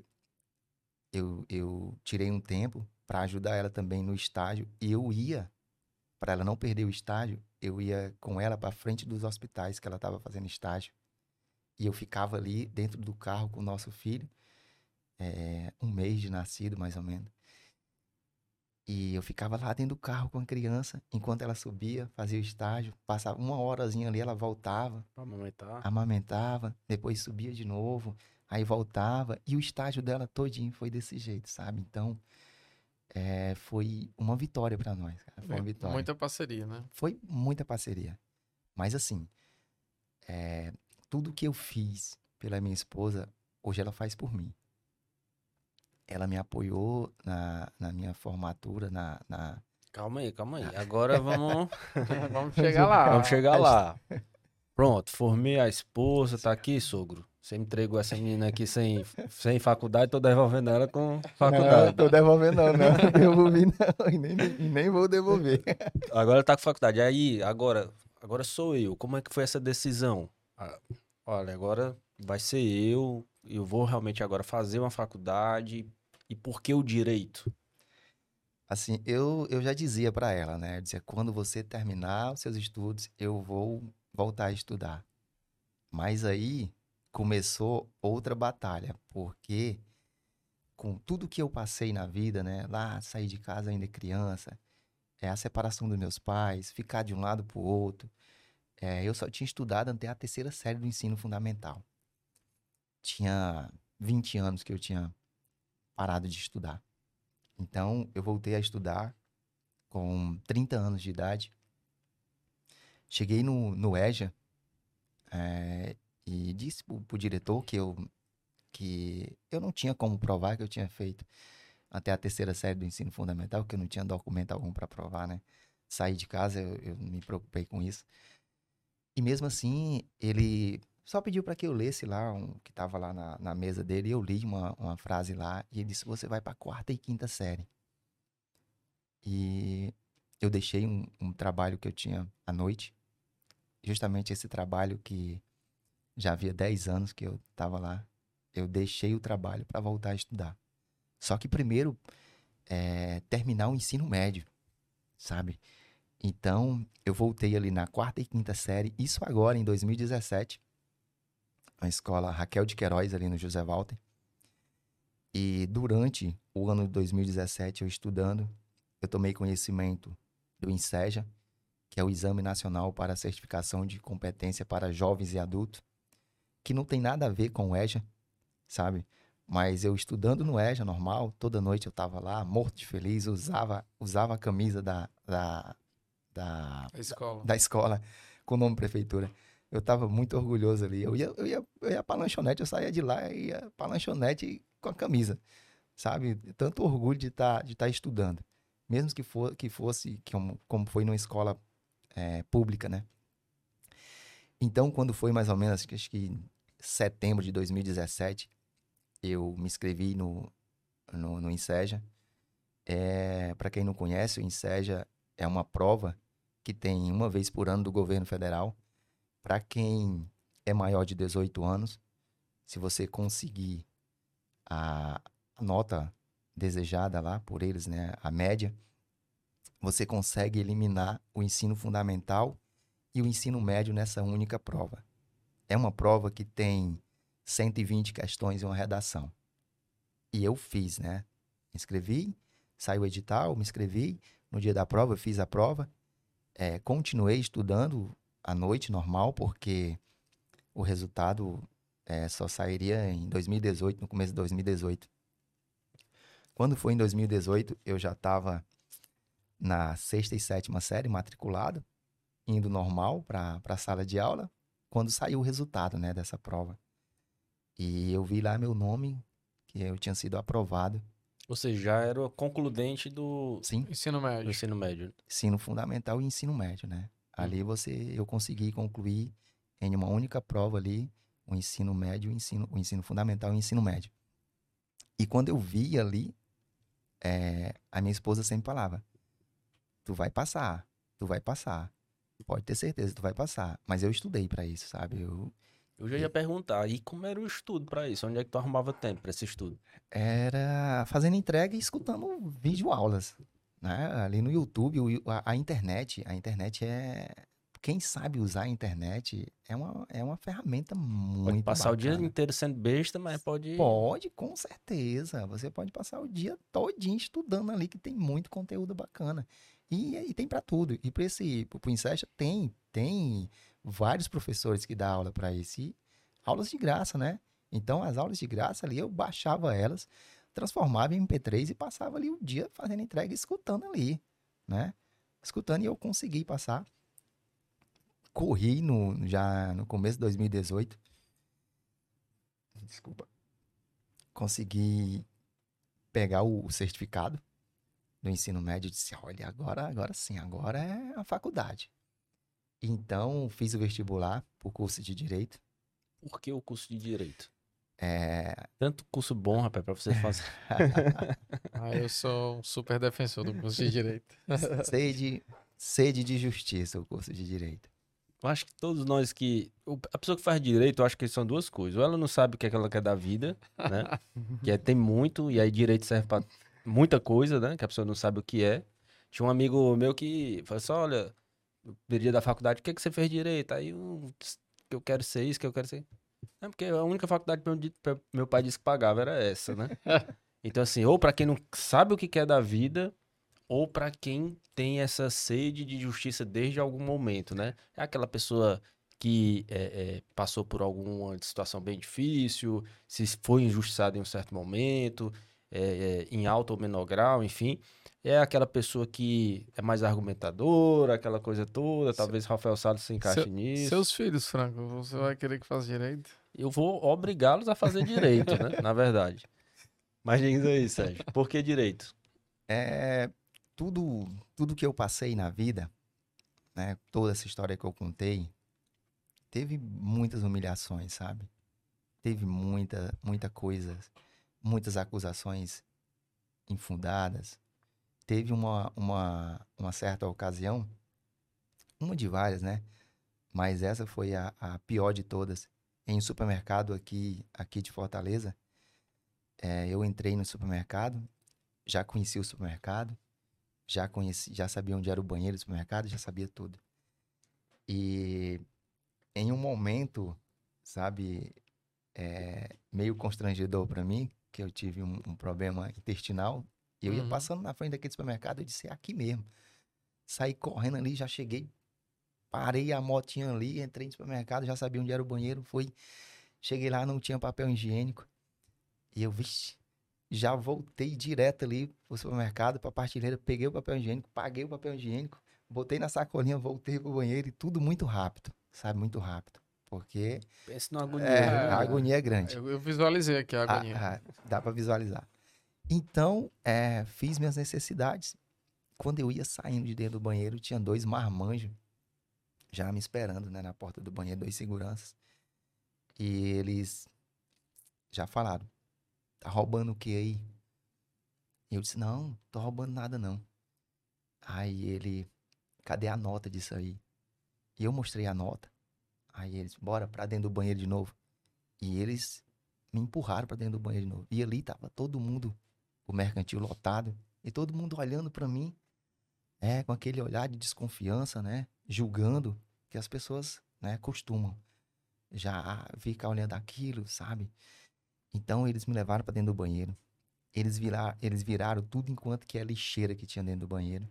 eu tirei um tempo para ajudar ela também no estágio. E eu ia, para ela não perder o estágio, eu ia com ela para frente dos hospitais que ela estava fazendo estágio. E eu ficava ali dentro do carro com o nosso filho, 1 mês de nascido, mais ou menos. E eu ficava lá dentro do carro com a criança, enquanto ela subia, fazia o estágio, passava uma horazinha ali, ela voltava, Pra amamentar? amamentava, depois subia de novo, aí voltava, e o estágio dela todinho foi desse jeito, sabe? Então, foi uma vitória para nós, cara, foi uma vitória. Muita parceria, né? Foi muita parceria. Mas assim, tudo que eu fiz pela minha esposa, hoje ela faz por mim. Ela me apoiou na minha formatura, Calma aí. Agora vamos, Vamos chegar lá. vamos chegar lá. Pronto, formei a esposa, tá aqui, sogro. Você me entregou essa menina aqui sem faculdade, tô devolvendo ela com Não, faculdade. tô devolvendo não devolvi não, e nem vou devolver. Agora tá com faculdade. Aí, agora sou eu. Como é que foi essa decisão? Olha, agora vai ser eu vou realmente agora fazer uma faculdade. E por que o direito? Assim, eu já dizia pra ela, né? Eu dizia, quando você terminar os seus estudos, eu vou voltar a estudar. Mas aí, começou outra batalha, porque com tudo que eu passei na vida, né? Lá, sair de casa ainda criança, a separação dos meus pais, ficar de um lado para o outro. Eu só tinha estudado até a terceira série do ensino fundamental. Tinha 20 anos que eu tinha parado de estudar. Então, eu voltei a estudar com 30 anos de idade. Cheguei no EJA, e disse pro diretor que eu não tinha como provar que eu tinha feito até a terceira série do ensino fundamental, que eu não tinha documento algum para provar, né? Saí de casa, eu me preocupei com isso. E mesmo assim, ele só pediu para que eu lesse lá, que estava lá na mesa dele, e eu li uma frase lá, e ele disse, você vai para a quarta e quinta série. E eu deixei um trabalho que eu tinha à noite, justamente esse trabalho que já havia 10 anos que eu estava lá, eu deixei o trabalho para voltar a estudar. Só que primeiro, terminar o ensino médio, sabe? Então, eu voltei ali na quarta e quinta série, isso agora em 2017, na escola Raquel de Queiroz, ali no José Walter. E durante o ano de 2017, eu estudando, eu tomei conhecimento do INSEJA, que é o Exame Nacional para a Certificação de Competência para Jovens e Adultos, que não tem nada a ver com o EJA, sabe? Mas eu estudando no EJA normal, toda noite eu estava lá, morto de feliz, usava a camisa da escola com o nome prefeitura. Eu estava muito orgulhoso ali. Eu ia para lanchonete, eu saía de lá e ia para lanchonete com a camisa, sabe? Tanto orgulho de tá estudando. Mesmo que fosse como foi numa escola pública, né? Então, quando foi mais ou menos, acho que setembro de 2017, eu me inscrevi no INSEJA. Para quem não conhece, o INSEJA é uma prova que tem uma vez por ano do governo federal. Para quem é maior de 18 anos, se você conseguir a nota desejada lá por eles, né, a média, você consegue eliminar o ensino fundamental e o ensino médio nessa única prova. É uma prova que tem 120 questões e uma redação. E eu fiz, né? Me inscrevi, saiu o edital, me inscrevi. No dia da prova, eu fiz a prova. Continuei estudando à noite, normal, porque o resultado só sairia em 2018, no começo de 2018. Quando foi em 2018, eu já estava na sexta e sétima série, matriculado, indo normal para a sala de aula, quando saiu o resultado, né, dessa prova. E eu vi lá meu nome, que eu tinha sido aprovado. Ou seja, já era concludente do Sim, Ensino médio. ensino médio. ensino fundamental e ensino médio, né? Ali eu consegui concluir em uma única prova ali o ensino médio, o ensino fundamental e o ensino médio. E quando eu vi ali, a minha esposa sempre falava, tu vai passar, pode ter certeza, tu vai passar. Mas eu estudei para isso, sabe? Eu já ia perguntar, e como era o estudo pra isso? Onde é que tu arrumava tempo pra esse estudo? Era fazendo entrega e escutando videoaulas, né? Ali no YouTube, a internet quem sabe usar a internet é uma ferramenta Pode muito passar o dia bacana. inteiro sendo besta, mas pode... Pode, com certeza. Você pode passar o dia todinho estudando ali, que tem muito conteúdo bacana. E tem para tudo. E pro INSEJA tem vários professores que dão aula para isso. E aulas de graça, né? Então, as aulas de graça ali, eu baixava elas, transformava em MP3 e passava ali o dia fazendo entrega e escutando ali, né? Escutando e eu consegui passar. Corri já no começo de 2018. Desculpa. Consegui pegar o certificado do ensino médio e disse, olha, agora sim, agora é a faculdade. Então, fiz o vestibular pro curso de Direito. Por que o curso de Direito? É... Tanto curso bom, rapaz, pra você fazer. Eu sou um super defensor do curso de Direito. sede de justiça, o curso de Direito. Eu acho que todos nós a pessoa que faz Direito, eu acho que são duas coisas. Ou ela não sabe o que é que ela quer da vida, né? Tem muito, e aí Direito serve pra muita coisa, né? Que a pessoa não sabe o que é. Tinha um amigo meu que falou assim, olha, no período da faculdade, o que é que você fez Direito? Aí eu quero ser isso, que eu quero ser... É porque a única faculdade que meu pai disse que pagava era essa, né? Então, assim, ou pra quem não sabe o que quer da vida, ou pra quem tem essa sede de justiça desde algum momento, né? É aquela pessoa que passou por alguma situação bem difícil, se foi injustiçado em um certo momento, em alto ou menor grau, enfim. É aquela pessoa que é mais argumentadora, aquela coisa toda. Se- Talvez Rafael Salles se encaixe nisso. Seus filhos, Franco, você vai querer que faça direito? Eu vou obrigá-los a fazer direito, né? Na verdade. Mas diz aí, Sérgio, por que direito? É, tudo que eu passei na vida, né? Toda essa história que eu contei, teve muitas humilhações, sabe? Teve muita coisa, muitas acusações infundadas. Teve uma certa ocasião, uma de várias, né? Mas essa foi a pior de todas. Em um supermercado aqui de Fortaleza, eu entrei no supermercado, já conheci o supermercado, já sabia onde era o banheiro do supermercado, já sabia tudo. E em um momento, sabe, meio constrangedor para mim, que eu tive um problema intestinal, e eu ia Uhum. passando na frente daquele supermercado, eu disse, é aqui mesmo. Saí correndo ali, já cheguei, parei a motinha ali, entrei no supermercado, já sabia onde era o banheiro, cheguei lá, não tinha papel higiênico, e eu, vixe, já voltei direto ali pro supermercado, pra partilheira, peguei o papel higiênico, paguei o papel higiênico, botei na sacolinha, voltei pro banheiro e tudo muito rápido, sabe? Muito rápido. Porque Pense numa agonia, viu, meu a amigo? agonia é grande. Eu visualizei aqui a agonia. Dá pra visualizar. Então, fiz minhas necessidades. Quando eu ia saindo de dentro do banheiro, tinha 2 marmanjos já me esperando, né, na porta do banheiro, 2 seguranças. E eles já falaram, tá roubando o que aí? E eu disse, não, tô roubando nada não. Aí ele, cadê a nota disso aí? E eu mostrei a nota. Aí eles, bora pra dentro do banheiro de novo. E eles me empurraram pra dentro do banheiro de novo. E ali tava todo mundo, o mercantil lotado, e todo mundo olhando pra mim, com aquele olhar de desconfiança, né? Julgando, que as pessoas, né, costumam já ficar olhando aquilo, sabe? Então eles me levaram pra dentro do banheiro. Eles viraram tudo enquanto que é lixeira que tinha dentro do banheiro.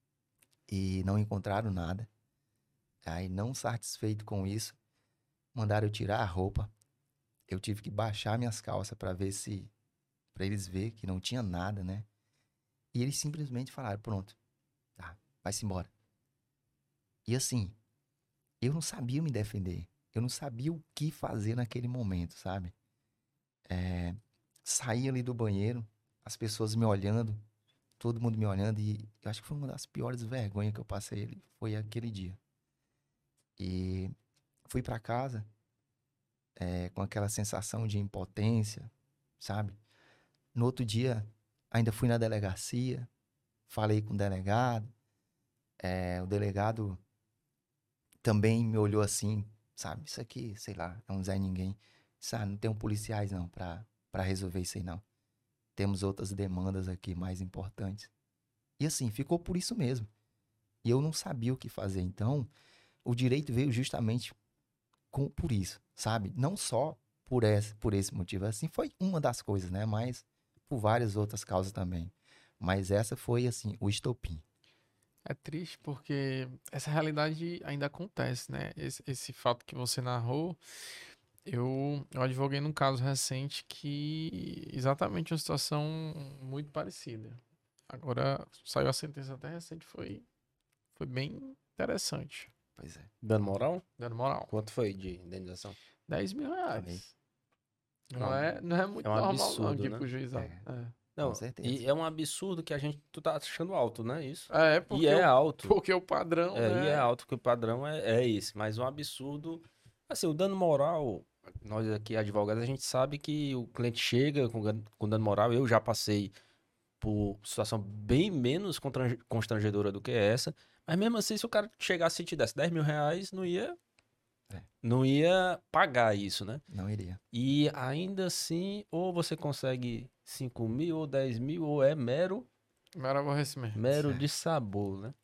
E não encontraram nada. Aí, não satisfeito com isso, mandaram eu tirar a roupa. Eu tive que baixar minhas calças para eles ver que não tinha nada, né? E eles simplesmente falaram, pronto, tá, vai-se embora. E assim, eu não sabia me defender. Eu não sabia o que fazer naquele momento, sabe? Saí ali do banheiro, as pessoas me olhando, todo mundo me olhando, e eu acho que foi uma das piores vergonhas que eu passei ali, foi aquele dia. E fui para casa, com aquela sensação de impotência, sabe? No outro dia, ainda fui na delegacia, falei com o delegado. O delegado também me olhou assim, sabe? Isso aqui, sei lá, é um Zé Ninguém. Sabe, não tem policiais não para resolver isso aí não. Temos outras demandas aqui mais importantes. E assim, ficou por isso mesmo. E eu não sabia o que fazer. Então, o direito veio justamente por isso, sabe? Não só por esse motivo. Assim, foi uma das coisas, né? Mas por várias outras causas também. Mas essa foi, assim, o estopim. É triste porque essa realidade ainda acontece, né? Esse fato que você narrou, eu advoguei num caso recente que exatamente uma situação muito parecida. Agora saiu a sentença até recente, foi bem interessante. Pois é, Dando moral? Dando moral. Quanto foi de indenização? 10 mil falei. reais. Não, Não é muito é um normal não absurdo, aqui né? pro juizado. É, com Não, certeza. e é um absurdo que tu tá achando alto, né? Isso. É E porque é alto. porque o padrão, E é né? alto, que o padrão é esse. Mas um absurdo. Assim, o dano moral, nós aqui, advogados, a gente sabe que o cliente chega com dano moral. Eu já passei por situação bem menos constrangedora do que essa. Mas mesmo assim, se o cara chegasse e te desse 10 mil reais, É, não ia pagar isso, né? não iria. E ainda assim, ou você consegue 5 mil ou 10 mil, ou é Mero aborrecimento. mero de sabor, né?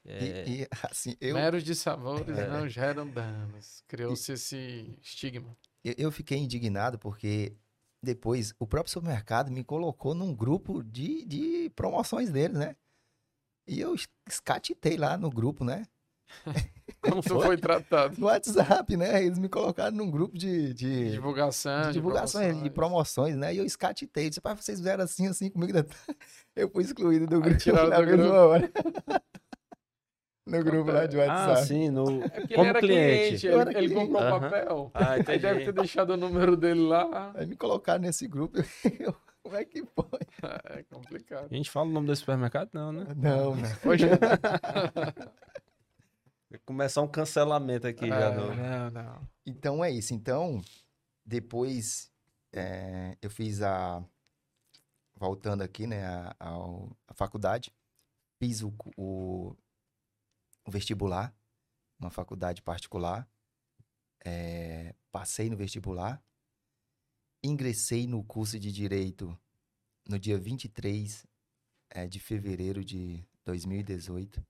Assim, Meros dissabores É. não geram danos. e, Criou-se esse estigma. eu fiquei indignado porque depois o próprio supermercado me colocou num grupo de promoções deles, né? E eu escatitei lá no grupo, né? Como tu foi tratado? No WhatsApp, né? Eles me colocaram num grupo de Divulgação, divulgações, de promoções, né? E eu escatitei. Disse, pai, vocês fizeram assim comigo. Eu fui excluído do grupo tiraram na do mesma grupo. hora. No grupo lá de Ah, WhatsApp. sim, no... É porque ele como era cliente. Eu era ele cliente. comprou o Aham. papel. Ah, Aí deve ter entendi. deixado o número dele lá. Aí me colocaram nesse grupo. Como é que pode? É complicado. A gente fala o nome desse supermercado? Não, né? Não, né? Hoje... Vai começar um cancelamento aqui já. não. Então é isso. Então, depois eu fiz voltando aqui, né, a faculdade, fiz o vestibular, uma faculdade particular, passei no vestibular, ingressei no curso de Direito no dia 23 de fevereiro de 2018.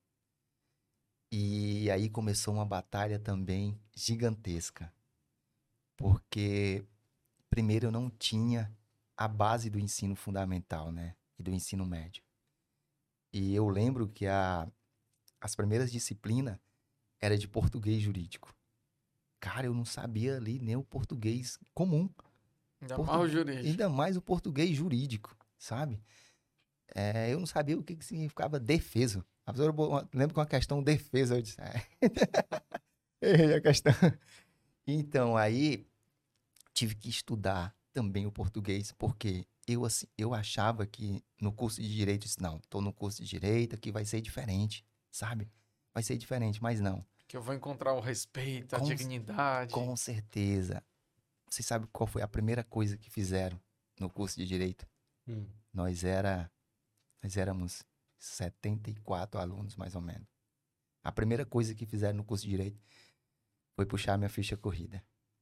E aí começou uma batalha também gigantesca, porque primeiro eu não tinha a base do ensino fundamental, né, e do ensino médio. E eu lembro que as primeiras disciplinas era de português jurídico. Cara, eu não sabia ali nem o português comum. Ainda mais o português jurídico, sabe? Eu não sabia o que significava defeso. A professora lembra com a questão defesa, eu disse, errei a questão. Então, aí, tive que estudar também o português, porque eu achava que no curso de Direito, não, tô no curso de Direito, aqui vai ser diferente, sabe? Vai ser diferente, mas não. Que eu vou encontrar o respeito, a dignidade. Com certeza. Você sabe qual foi a primeira coisa que fizeram no curso de Direito? Nós éramos 74 alunos, mais ou menos. A primeira coisa que fizeram no curso de Direito foi puxar minha ficha corrida.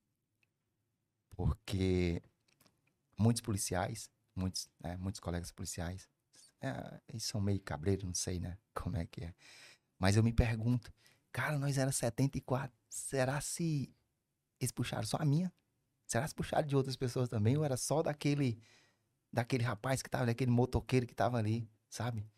Porque muitos policiais, muitos colegas policiais, eles são meio cabreiros, não sei, né? Como é que é. Mas eu me pergunto, cara, nós éramos 74. Será se eles puxaram só a minha? Será se puxaram de outras pessoas também? Ou era só daquele rapaz que tava ali, daquele motoqueiro que tava ali, sabe?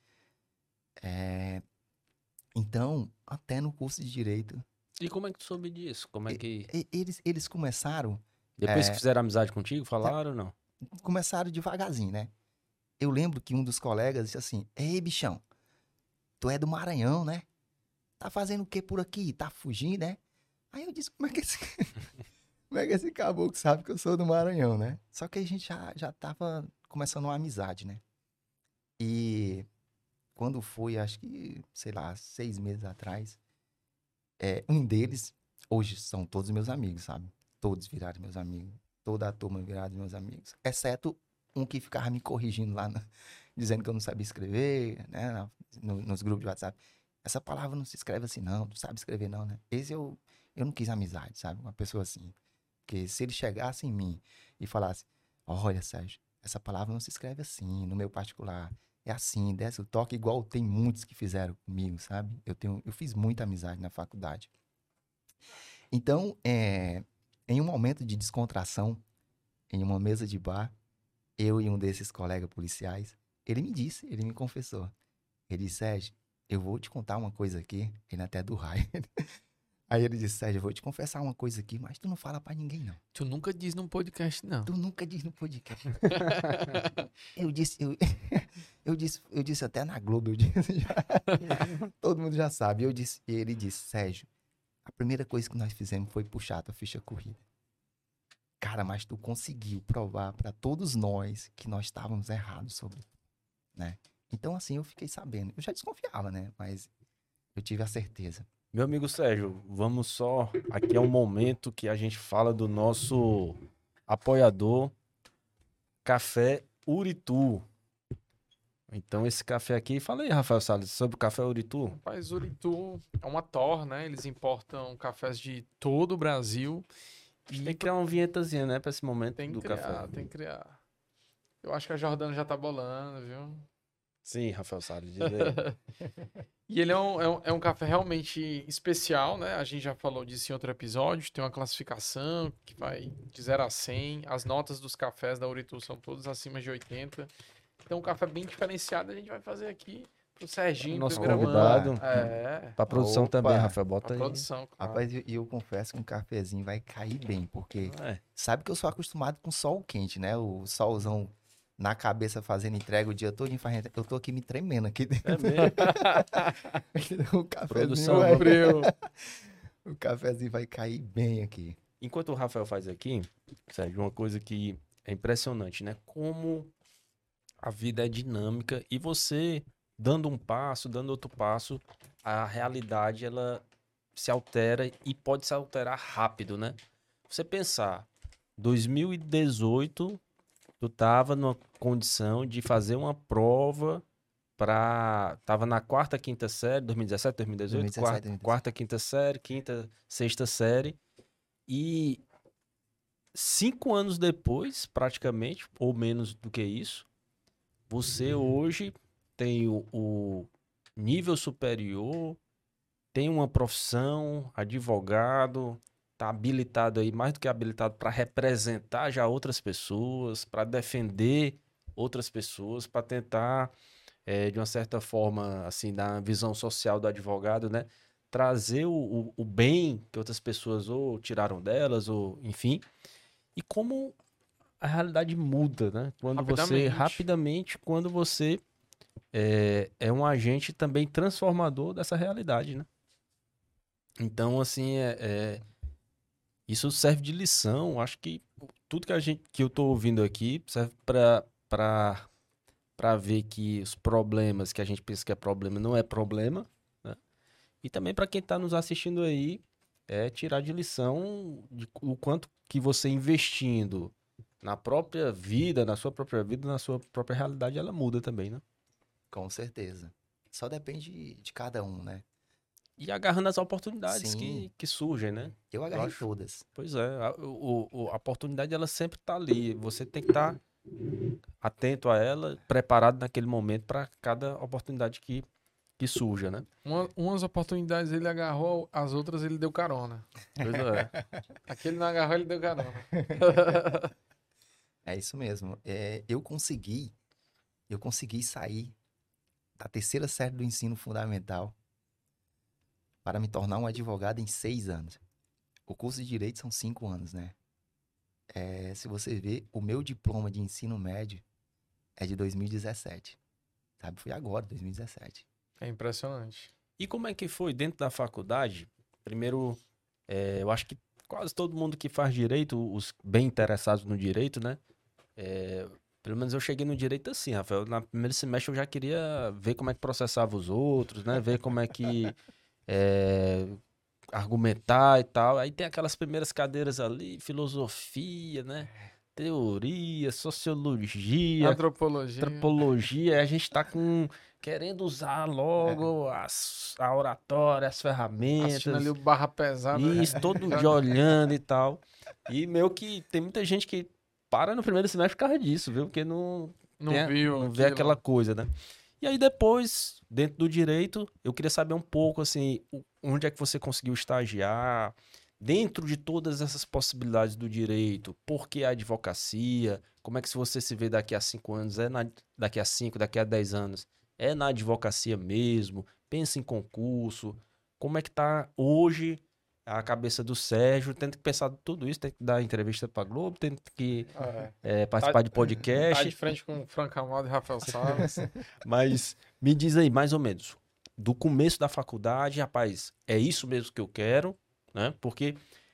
Então, até no curso de Direito... E como é que tu soube disso? Como é que... Eles começaram... Depois que fizeram amizade contigo, falaram ou não? Começaram devagarzinho, né? Eu lembro que um dos colegas disse assim, ei, bichão, tu é do Maranhão, né? Tá fazendo o que por aqui? Tá fugindo, né? Aí eu disse, como é que esse caboclo sabe que eu sou do Maranhão, né? Só que a gente já tava começando uma amizade, né? E quando foi, acho que, sei lá, 6 meses atrás, um deles, hoje são todos meus amigos, sabe? Todos viraram meus amigos. Toda a turma viraram meus amigos. Exceto um que ficava me corrigindo lá, dizendo que eu não sabia escrever, né? Nos grupos de WhatsApp. Essa palavra não se escreve assim, não. Tu sabe escrever, não, né? Esse eu não quis amizade, sabe? Uma pessoa assim. Porque se ele chegasse em mim e falasse, olha, Sérgio, essa palavra não se escreve assim, no meu particular. É assim, desce o toque, igual tem muitos que fizeram comigo, sabe? Eu fiz muita amizade na faculdade. Então, em um momento de descontração, em uma mesa de bar, eu e um desses colegas policiais, ele me confessou. Ele disse, Sérgio, eu vou te contar uma coisa aqui, ele até do raio. Aí ele disse, Sérgio, eu vou te confessar uma coisa aqui, mas tu não fala pra ninguém, não. Tu nunca diz num podcast, não. Tu nunca diz no podcast. Eu disse até na Globo, eu disse já. Todo mundo já sabe. Ele disse, Sérgio, a primeira coisa que nós fizemos foi puxar a tua ficha corrida. Cara, mas tu conseguiu provar pra todos nós que nós estávamos errados sobre, né? Então, assim, eu fiquei sabendo. Eu já desconfiava, né? Mas eu tive a certeza. Meu amigo Sérgio, vamos só... Aqui é um momento que a gente fala do nosso apoiador, Café Uritu. Então, esse café aqui... Fala aí, Rafael Salles, sobre o Café Uritu. Rapaz, Uritu é uma torre, né? Eles importam cafés de todo o Brasil. Tem que criar uma vinhetazinha, né? Pra esse momento do café. Tem que criar. Eu acho que a Jordana já tá bolando, viu? Sim, Rafael Salles, diz aí. E ele é um café realmente especial, né? A gente já falou disso em outro episódio. Tem uma classificação que vai de 0 a 100. As notas dos cafés da Uritu são todas acima de 80. Então, um café bem diferenciado a gente vai fazer aqui pro Serginho, em Nosso primeira mão. convidado. É, Pra produção Opa. também, Rafael, a bota aí. produção, claro. Rapaz, e eu confesso que um cafezinho vai cair bem, porque É. sabe que eu sou acostumado com sol quente, né? O solzão na cabeça fazendo entrega o dia todo. Eu tô aqui me tremendo aqui dentro. É mesmo. O cafezinho Produção, vai... Frio. O cafezinho vai cair bem aqui. Enquanto o Rafael faz aqui, Sérgio, uma coisa que é impressionante, né? Como a vida é dinâmica e você, dando um passo, dando outro passo, a realidade, ela se altera e pode se alterar rápido, né? Você pensar, 2018, tu tava numa condição de fazer uma prova tava na quarta, quinta série, 2017, 2018, 2017. quarta, quinta série, quinta, sexta série, e 5 anos depois, praticamente, ou menos do que isso, você hoje tem o nível superior, tem uma profissão, advogado, tá habilitado aí, mais do que habilitado para representar já outras pessoas, para defender outras pessoas, para tentar, de uma certa forma, assim, da visão social do advogado, né? Trazer o bem que outras pessoas ou tiraram delas, ou enfim. E como a realidade muda, né? Rapidamente, quando você é um agente também transformador dessa realidade, né? Então, assim, isso serve de lição. Acho que tudo que eu tô ouvindo aqui serve para ver que os problemas que a gente pensa que é problema não é problema, né? E também para quem está nos assistindo aí, tirar de lição o quanto que você investindo na própria vida, na sua própria vida, na sua própria realidade, ela muda também, né? Com certeza. Só depende de cada um, né? E agarrando as oportunidades Sim. que surgem, né? Eu agarrei acho. todas. Pois é, a oportunidade ela sempre está ali. Você tem que estar atento a ela, preparado naquele momento para cada oportunidade que surja, né? Umas oportunidades ele agarrou, as outras ele deu carona. Pois é. Aquele não agarrou, ele deu carona. É isso mesmo. Eu consegui sair da terceira série do ensino fundamental para me tornar um advogado em 6 anos. O curso de Direito são 5 anos, né? Se você ver, o meu diploma de ensino médio é de 2017. Sabe? Foi agora, 2017. É impressionante. E como é que foi dentro da faculdade? Primeiro, eu acho que quase todo mundo que faz direito, os bem interessados no direito, né? Pelo menos eu cheguei no direito assim, Rafael. No primeiro semestre eu já queria ver como é que processava os outros, né? Ver como é que argumentar e tal. Aí tem aquelas primeiras cadeiras ali, filosofia, né? Teoria, sociologia, antropologia. Aí a gente tá querendo usar logo a oratória, as ferramentas. Assistindo ali o barra pesada. Isso, todo dia olhando e tal. E meio que tem muita gente que para no primeiro semestre por causa disso, viu? Porque não vê aquela coisa, né? E aí depois, dentro do direito, eu queria saber um pouco, assim, onde é que você conseguiu estagiar, dentro de todas essas possibilidades do direito, por que a advocacia, como é que você se vê daqui a 5 anos, daqui a 5, daqui a 10 anos, é na advocacia mesmo, pensa em concurso, como é que tá hoje a cabeça do Sérgio, tendo que pensar tudo isso, tem que dar entrevista pra Globo, tem que participar de podcast. Tá de frente com Franco Amado e Rafael Salles. Mas me diz aí, mais ou menos, do começo da faculdade, rapaz, é isso mesmo que eu quero, né? Porque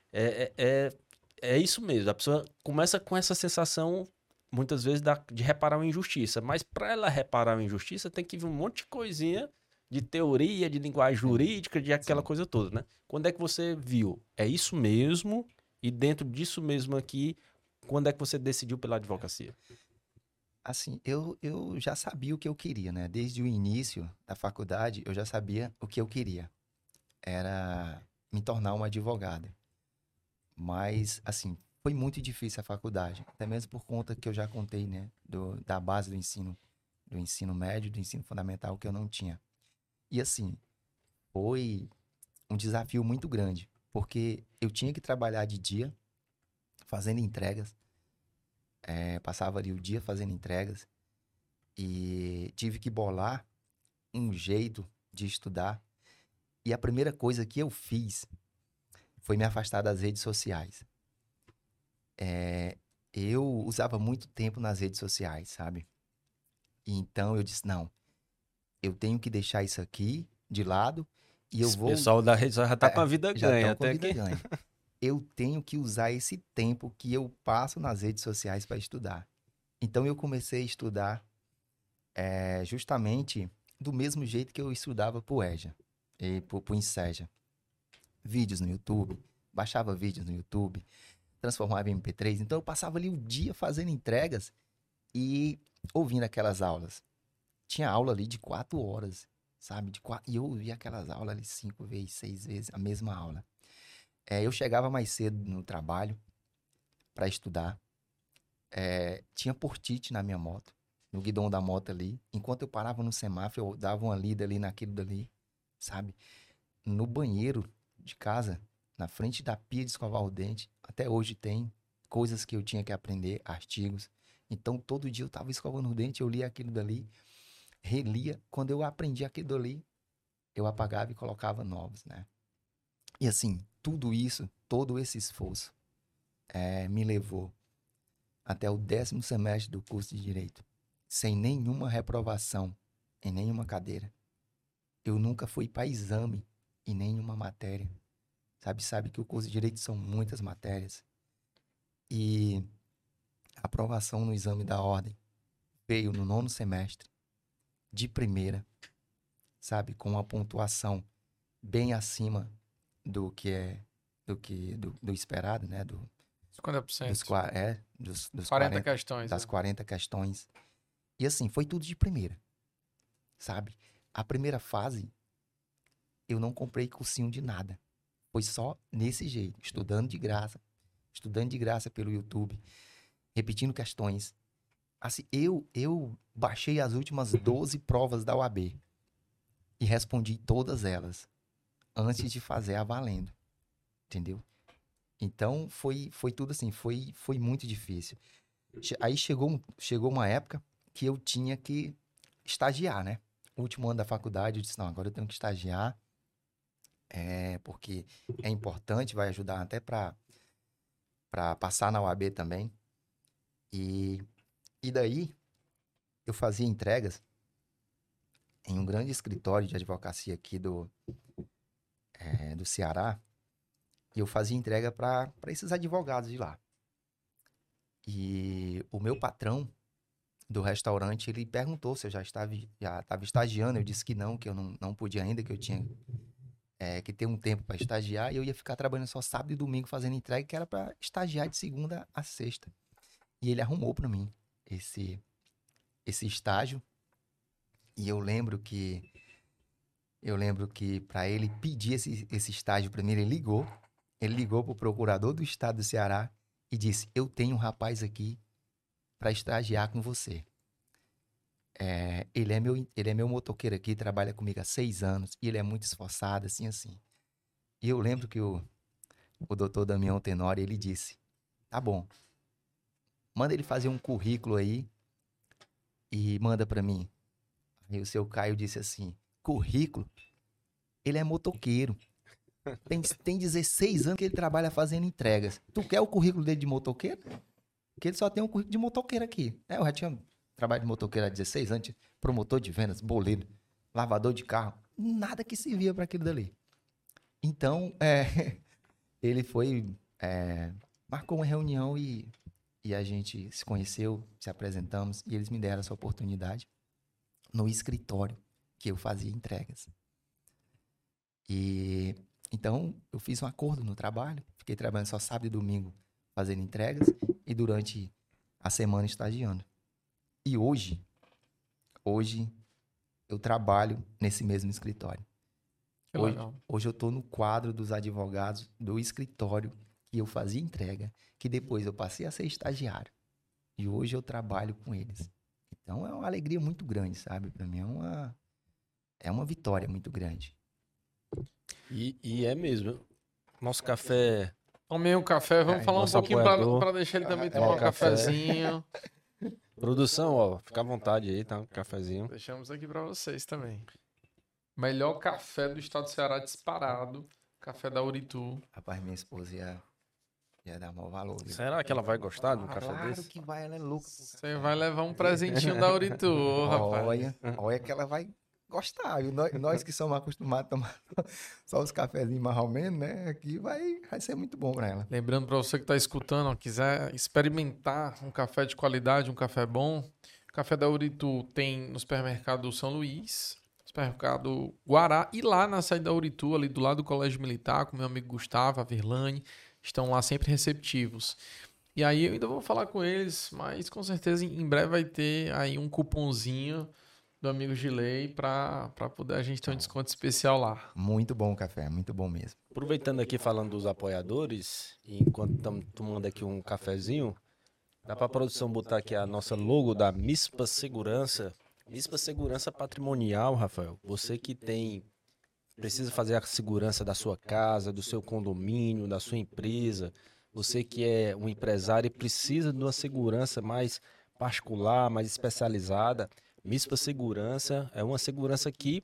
é isso mesmo, a pessoa começa com essa sensação, muitas vezes, de reparar uma injustiça, mas para ela reparar uma injustiça, tem que vir um monte de coisinha de teoria, de linguagem jurídica, de aquela coisa toda, né? Quando é que você viu? É isso mesmo? E dentro disso mesmo aqui, quando é que você decidiu pela advocacia? Assim, eu já sabia o que eu queria, né? Desde o início da faculdade, eu já sabia o que eu queria. Era me tornar um advogado. Mas, assim, foi muito difícil a faculdade. Até mesmo por conta que eu já contei, né? Da base do ensino do ensino médio, do ensino fundamental que eu não tinha. E assim, foi um desafio muito grande, porque eu tinha que trabalhar de dia, fazendo entregas, passava ali o dia fazendo entregas, e tive que bolar um jeito de estudar. E a primeira coisa que eu fiz foi me afastar das redes sociais. Eu usava muito tempo nas redes sociais, sabe? E então eu disse, não, eu tenho que deixar isso aqui de lado e eu Esse vou... pessoal da rede social já tá com a vida já ganha, estão com a até vida que... ganha. Eu tenho que usar esse tempo que eu passo nas redes sociais para estudar. Então eu comecei a estudar justamente do mesmo jeito que eu estudava pro EJA e pro Enseja. Vídeos no YouTube, baixava vídeos no YouTube, transformava em MP3. Então eu passava ali o dia fazendo entregas e ouvindo aquelas aulas. Tinha aula ali de 4 horas, sabe? E eu ouvia aquelas aulas ali 5 vezes, 6 vezes, a mesma aula. Eu chegava mais cedo no trabalho para estudar. Tinha post-it na minha moto, no guidão da moto ali. Enquanto eu parava no semáforo, eu dava uma lida ali naquilo dali, sabe? No banheiro de casa, na frente da pia de escovar o dente, até hoje tem coisas que eu tinha que aprender, artigos. Então, todo dia eu estava escovando o dente, eu lia aquilo dali, relia. Quando eu aprendi aquilo dali, eu apagava e colocava novos, né? E assim, tudo isso, todo esse esforço, me levou até o 10º semestre do curso de Direito, sem nenhuma reprovação em nenhuma cadeira. Eu nunca fui para exame em nenhuma matéria. Sabe que o curso de Direito são muitas matérias. E a aprovação no exame da ordem veio no 9º semestre, de primeira, sabe? Com uma pontuação bem acima do esperado, né? 50%. Dos 40 questões. das 40 questões. E assim, foi tudo de primeira, sabe? A primeira fase, eu não comprei cursinho de nada. Foi só nesse jeito, estudando de graça pelo YouTube, repetindo questões. Assim, eu baixei as últimas 12 provas da UAB e respondi todas elas antes de fazer a valendo, entendeu? Então, foi tudo assim, foi muito difícil. Aí chegou uma época que eu tinha que estagiar, né? O último ano da faculdade, eu disse, não, agora eu tenho que estagiar, porque é importante, vai ajudar até para passar na UAB também. E daí, eu fazia entregas em um grande escritório de advocacia aqui do Ceará, e eu fazia entrega para esses advogados de lá. E o meu patrão do restaurante, ele perguntou se eu já estava estagiando. Eu disse que eu não podia ainda, que eu tinha que ter um tempo para estagiar, e eu ia ficar trabalhando só sábado e domingo fazendo entrega, que era para estagiar de segunda a sexta. E ele arrumou para mim esse estágio. E eu lembro que para ele pedir esse estágio para mim, ele ligou para o procurador do estado do Ceará e disse, eu tenho um rapaz aqui para estagiar com você. Ele é meu motoqueiro aqui, trabalha comigo há 6 anos, e ele é muito esforçado, assim. E eu lembro que o doutor Damião Tenório, ele disse, tá bom, manda ele fazer um currículo aí e manda para mim. Aí o seu Caio disse assim, currículo? Ele é motoqueiro. Tem 16 anos que ele trabalha fazendo entregas. Tu quer o currículo dele de motoqueiro? Porque ele só tem um currículo de motoqueiro aqui. Eu já tinha trabalho de motoqueiro há 16 anos, promotor de vendas, boleiro, lavador de carro. Nada que servia para aquilo dali. Então, ele marcou uma reunião e a gente se conheceu, se apresentamos, e eles me deram essa oportunidade no escritório que eu fazia entregas. E então eu fiz um acordo no trabalho, fiquei trabalhando só sábado e domingo fazendo entregas e durante a semana estagiando. E hoje eu trabalho nesse mesmo escritório. Hoje eu estou no quadro dos advogados do escritório que eu fazia entrega, que depois eu passei a ser estagiário. E hoje eu trabalho com eles. Então, é uma alegria muito grande, sabe? Para mim é uma vitória muito grande. E é mesmo. Nosso café. Tomei um café, vamos falar um nosso pouquinho apoiador. para deixar ele também tomar um café. cafezinho. Produção, ó, fica à vontade aí, tá? Um cafezinho. Deixamos aqui para vocês também. Melhor café do estado do Ceará disparado. Café da Uritu. Rapaz, minha esposa ia dar maior valor. Viu? Será que ela vai gostar de um café Claro desse? que vai, ela é louca. Você vai levar um presentinho da Uritu, rapaz. Olha que ela vai gostar. Viu? Nós que somos acostumados a tomar só os cafezinhos mais ou menos, né? Aqui vai ser muito bom para ela. Lembrando para você que está escutando, ó, quiser experimentar um café de qualidade, um café bom, o café da Uritu tem no supermercado São Luís, supermercado Guará e lá na saída da Uritu, ali do lado do Colégio Militar, com meu amigo Gustavo, a Virlane, estão lá sempre receptivos. E aí eu ainda vou falar com eles, mas com certeza em breve vai ter aí um cupomzinho do amigo Gilei para poder a gente ter um desconto especial lá. Muito bom o café, muito bom mesmo. Aproveitando aqui falando dos apoiadores, enquanto estamos tomando aqui um cafezinho, dá para a produção botar aqui a nossa logo da MISPA Segurança. MISPA Segurança Patrimonial, Rafael. Você que precisa fazer a segurança da sua casa, do seu condomínio, da sua empresa. Você que é um empresário e precisa de uma segurança mais particular, mais especializada. MISPA Segurança é uma segurança que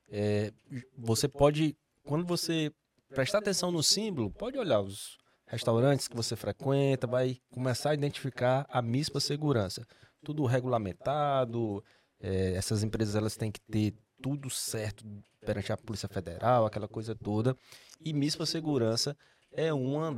você pode, quando você prestar atenção no símbolo, pode olhar os restaurantes que você frequenta, vai começar a identificar a MISPA Segurança. Tudo regulamentado, essas empresas elas têm que ter tudo certo perante a Polícia Federal, aquela coisa toda. E MISPA Segurança é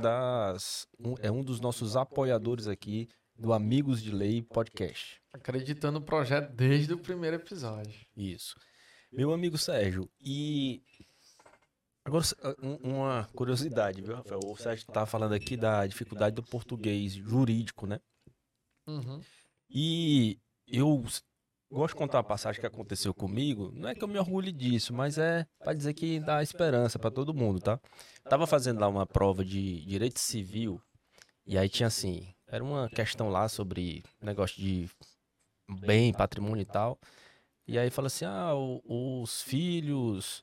um dos nossos apoiadores aqui do Amigos de Lei Podcast. Acreditando no projeto desde o primeiro episódio. Isso. Meu amigo Sérgio, e agora uma curiosidade, viu, Rafael? O Sérgio estava falando aqui da dificuldade do português jurídico, né? Uhum. E eu gosto de contar uma passagem que aconteceu comigo. Não é que eu me orgulhe disso, mas é para dizer que dá esperança para todo mundo, tá? Tava fazendo lá uma prova de direito civil e aí tinha assim, era uma questão lá sobre negócio de bem, patrimônio e tal. E aí fala assim, os filhos,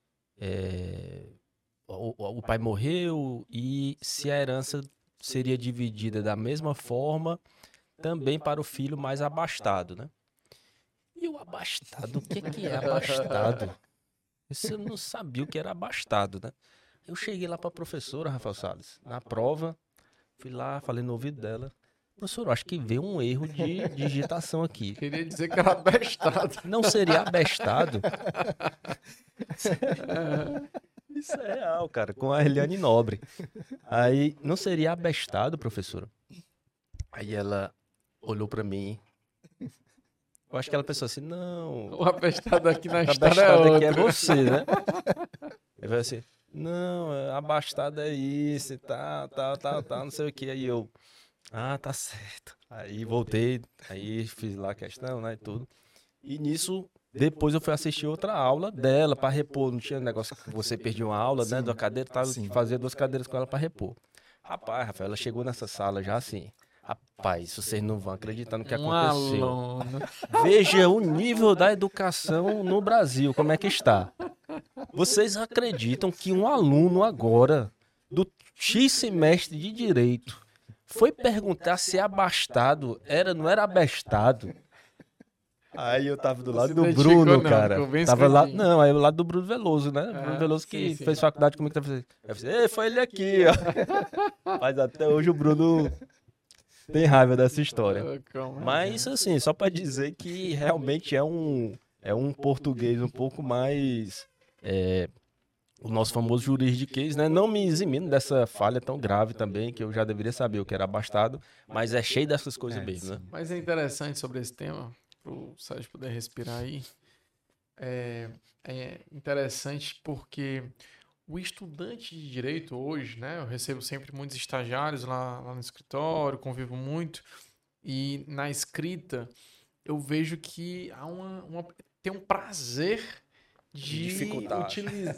o pai morreu e se a herança seria dividida da mesma forma também para o filho mais abastado, né? E o abastado, o que é abastado? Isso eu não sabia o que era abastado, né? Eu cheguei lá para a professora, Rafael Salles, na prova, fui lá, falei no ouvido dela, professor, acho que veio um erro de digitação aqui. Queria dizer que era abestado. Não seria abestado? Isso é real, cara, com a Eliane Nobre. Aí, não seria abestado, professora? Aí ela olhou para mim. Eu acho que ela pensou assim, não... O abestado aqui na história abastado é aqui é outro. você, né? Ele vai assim, não, abastado é isso e tal, não sei o que. Aí eu, tá certo. Aí voltei, aí fiz lá a questão, né, e tudo. E nisso, depois eu fui assistir outra aula dela para repor. Não tinha negócio que você perdia uma aula, né, da cadeira, tava fazia 2 cadeiras com ela para repor. Rapaz, Rafael, ela chegou nessa sala já assim... Rapaz, vocês não vão acreditar no que aconteceu. Aluno. Veja o nível da educação no Brasil, como é que está. Vocês acreditam que um aluno agora, do X semestre de Direito, foi perguntar se abastado não era abestado? Aí eu tava do lado do Bruno, cara. Tava lá, não, aí do lado do Bruno Veloso, né? Bruno Veloso que fez faculdade comigo. Foi ele aqui, ó. Mas até hoje o Bruno... tem raiva dessa história. Mas, assim, só para dizer que realmente é um português um pouco mais... o nosso famoso juridiquês, né? Não me eximindo dessa falha tão grave também, que eu já deveria saber o que era abastado, mas é cheio dessas coisas mesmo, né? Mas é interessante sobre esse tema, para o Sérgio poder respirar aí. É interessante porque... o estudante de direito hoje, né? Eu recebo sempre muitos estagiários lá no escritório, convivo muito. E na escrita, eu vejo que há tem um prazer de dificultar.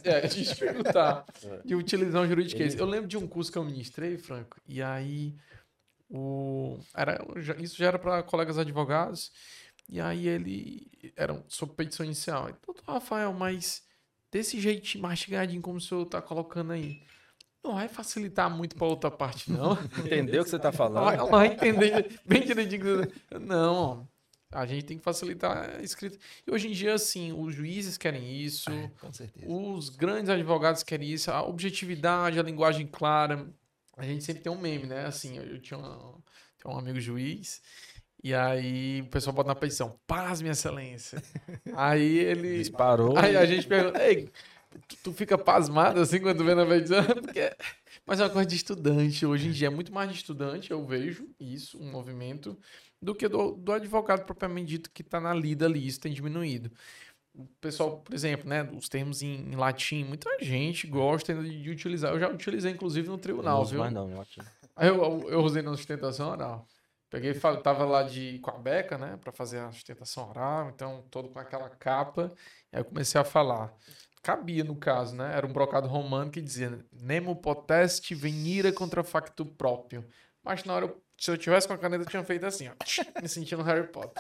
De utilizar um juridiquês. Eu lembro de um curso que eu ministrei, Franco, e aí isso já era para colegas advogados. E aí ele era sob petição inicial. Doutor Rafael, mas desse jeito mastigadinho como o senhor tá colocando aí, não vai facilitar muito pra outra parte, não. Entendeu o que você tá falando? Ela vai entender bem direitinho. Não, a gente tem que facilitar a escrita. E hoje em dia, assim, os juízes querem isso, Com certeza. os grandes advogados querem isso, a objetividade, a linguagem clara. A gente sempre tem um meme, né? Assim, eu tinha um amigo juiz, e aí o pessoal bota na petição, paz, minha excelência. Aí ele... Disparou. Aí a gente pergunta, ei, tu fica pasmado assim quando vê na petição? Porque... Mas é uma coisa de estudante. Hoje em dia é muito mais de estudante, eu vejo isso, um movimento, do que do advogado propriamente dito que está na lida ali. Isso tem diminuído. O pessoal, por exemplo, né, os termos em latim, muita gente gosta ainda de utilizar. Eu já utilizei, inclusive, no tribunal, viu? Mas não, latim. Aí eu usei na sustentação oral. Peguei, tava lá com a beca, né, para fazer a sustentação oral, então todo com aquela capa. Aí eu comecei a falar. Cabia no caso, né? Era um brocado romano que dizia nemo potest venire contra facto próprio. Mas na hora, se eu tivesse com a caneta, eu tinha feito assim, ó, me sentindo Harry Potter.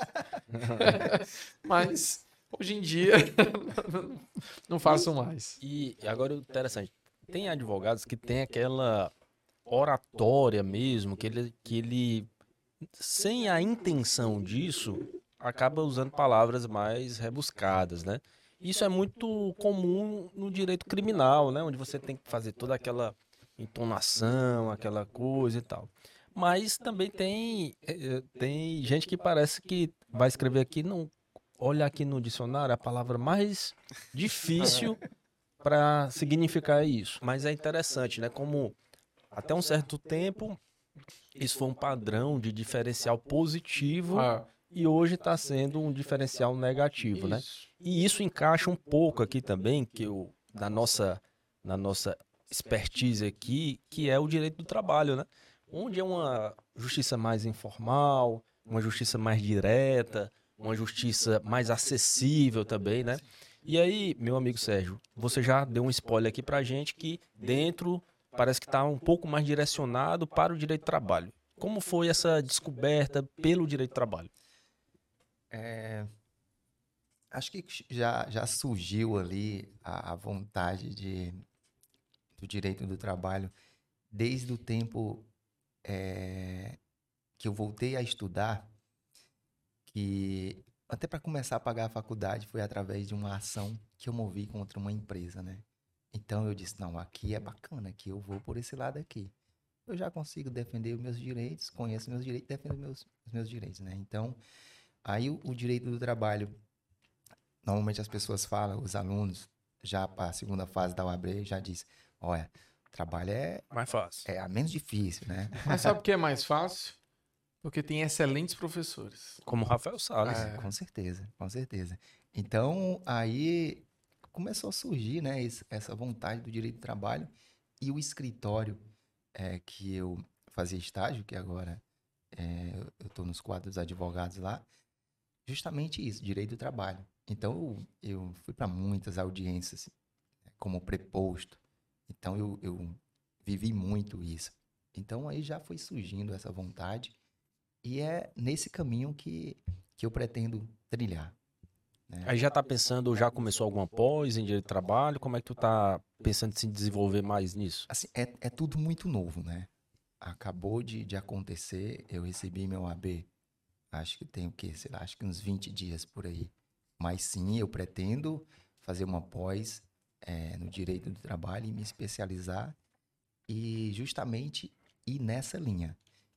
Mas hoje em dia não faço mais. E agora o interessante, tem advogados que tem aquela oratória mesmo, que ele sem a intenção disso, acaba usando palavras mais rebuscadas, né? Isso é muito comum no direito criminal, né? Onde você tem que fazer toda aquela entonação, aquela coisa e tal. Mas também tem gente que parece que vai escrever aqui, não olha aqui no dicionário a palavra mais difícil para significar isso. Mas é interessante, né? Como até um certo tempo isso foi um padrão de diferencial positivo e hoje está sendo um diferencial negativo, né? Isso. E isso encaixa um pouco aqui também, na nossa expertise aqui, que é o direito do trabalho, né? Onde é uma justiça mais informal, uma justiça mais direta, uma justiça mais acessível também, né? E aí, meu amigo Sérgio, você já deu um spoiler aqui pra gente que dentro parece que está um pouco mais direcionado para o direito do trabalho. Como foi essa descoberta pelo direito do trabalho? Acho que já surgiu ali a vontade do direito do trabalho desde o tempo que eu voltei a estudar, que até para começar a pagar a faculdade foi através de uma ação que eu movi contra uma empresa, né? Então eu disse, não, aqui é bacana, aqui eu vou por esse lado aqui. Eu já consigo defender os meus direitos, conheço meus direitos, defendo os meus direitos, né? Então, aí o direito do trabalho, normalmente as pessoas falam, os alunos, já para a segunda fase da UAB, já diz, olha, trabalho Mais fácil. é a menos difícil, né? Mas sabe o que é mais fácil? Porque tem excelentes professores. Como o Rafael Salles. Com certeza, com certeza. Então, aí começou a surgir, né, essa vontade do direito do trabalho e o escritório que eu fazia estágio, que agora eu estou nos quadros dos advogados lá, justamente isso, direito do trabalho. Então, eu fui para muitas audiências como preposto. Então, eu vivi muito isso. Então, aí já foi surgindo essa vontade e é nesse caminho que eu pretendo trilhar. Né? Aí já está pensando, já começou alguma pós em direito do trabalho? Como é que tu está pensando em se desenvolver mais nisso? Assim, é tudo muito novo, né? Acabou de acontecer, eu recebi meu AB, acho que tem o quê? Sei lá, acho que uns 20 dias por aí. Mas sim, eu pretendo fazer uma pós no direito do trabalho e me especializar e justamente ir nessa linha.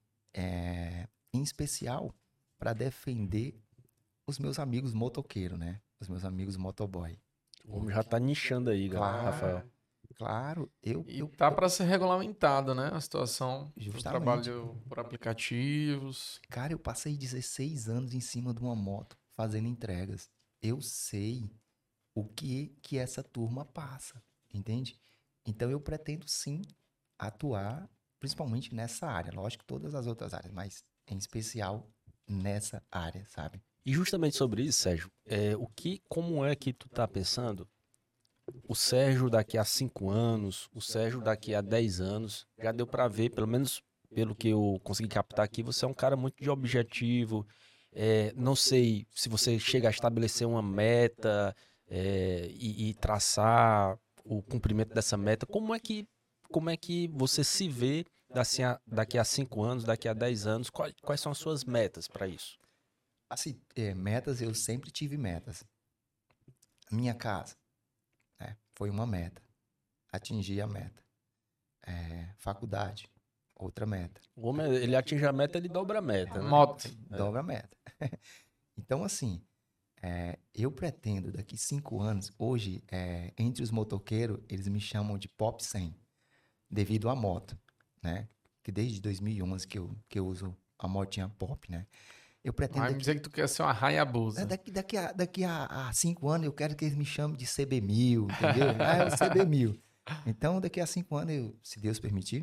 Em especial para defender os meus amigos motoqueiros, né? Os meus amigos motoboy. O homem já está nichando aí, galera, Rafael. Claro, E tá para ser regulamentado, né? A situação do Justamente. trabalho por aplicativos. Cara, eu passei 16 anos em cima de uma moto fazendo entregas. Eu sei o que essa turma passa, entende? Então eu pretendo sim atuar principalmente nessa área. Lógico, todas as outras áreas, mas em especial nessa área, sabe? E justamente sobre isso, Sérgio, como é que tu tá pensando? O Sérgio daqui a 5 anos, o Sérgio daqui a 10 anos, já deu para ver, pelo menos pelo que eu consegui captar aqui, você é um cara muito de objetivo Não sei se você chega a estabelecer uma meta e traçar o cumprimento dessa meta. Como é que você se vê daqui a 5 anos, daqui a 10 anos? Quais são as suas metas para isso? Assim, metas, eu sempre tive metas. Minha casa, né, foi uma meta. Atingi a meta. Faculdade, outra meta. O homem, ele atinge a meta, ele dobra a meta, né? Moto. Dobra a meta. Então, assim, eu pretendo, daqui 5 anos, hoje, entre os motoqueiros, eles me chamam de Pop 100, devido à moto, né? Que desde 2011 que eu uso a motinha Pop, né? Eu pretendo... Vai me dizer que tu quer ser uma Hayabusa. Daqui a 5 anos, eu quero que eles me chamem de CB1000, entendeu? É o CB1000. Então, daqui a 5 anos, se Deus permitir,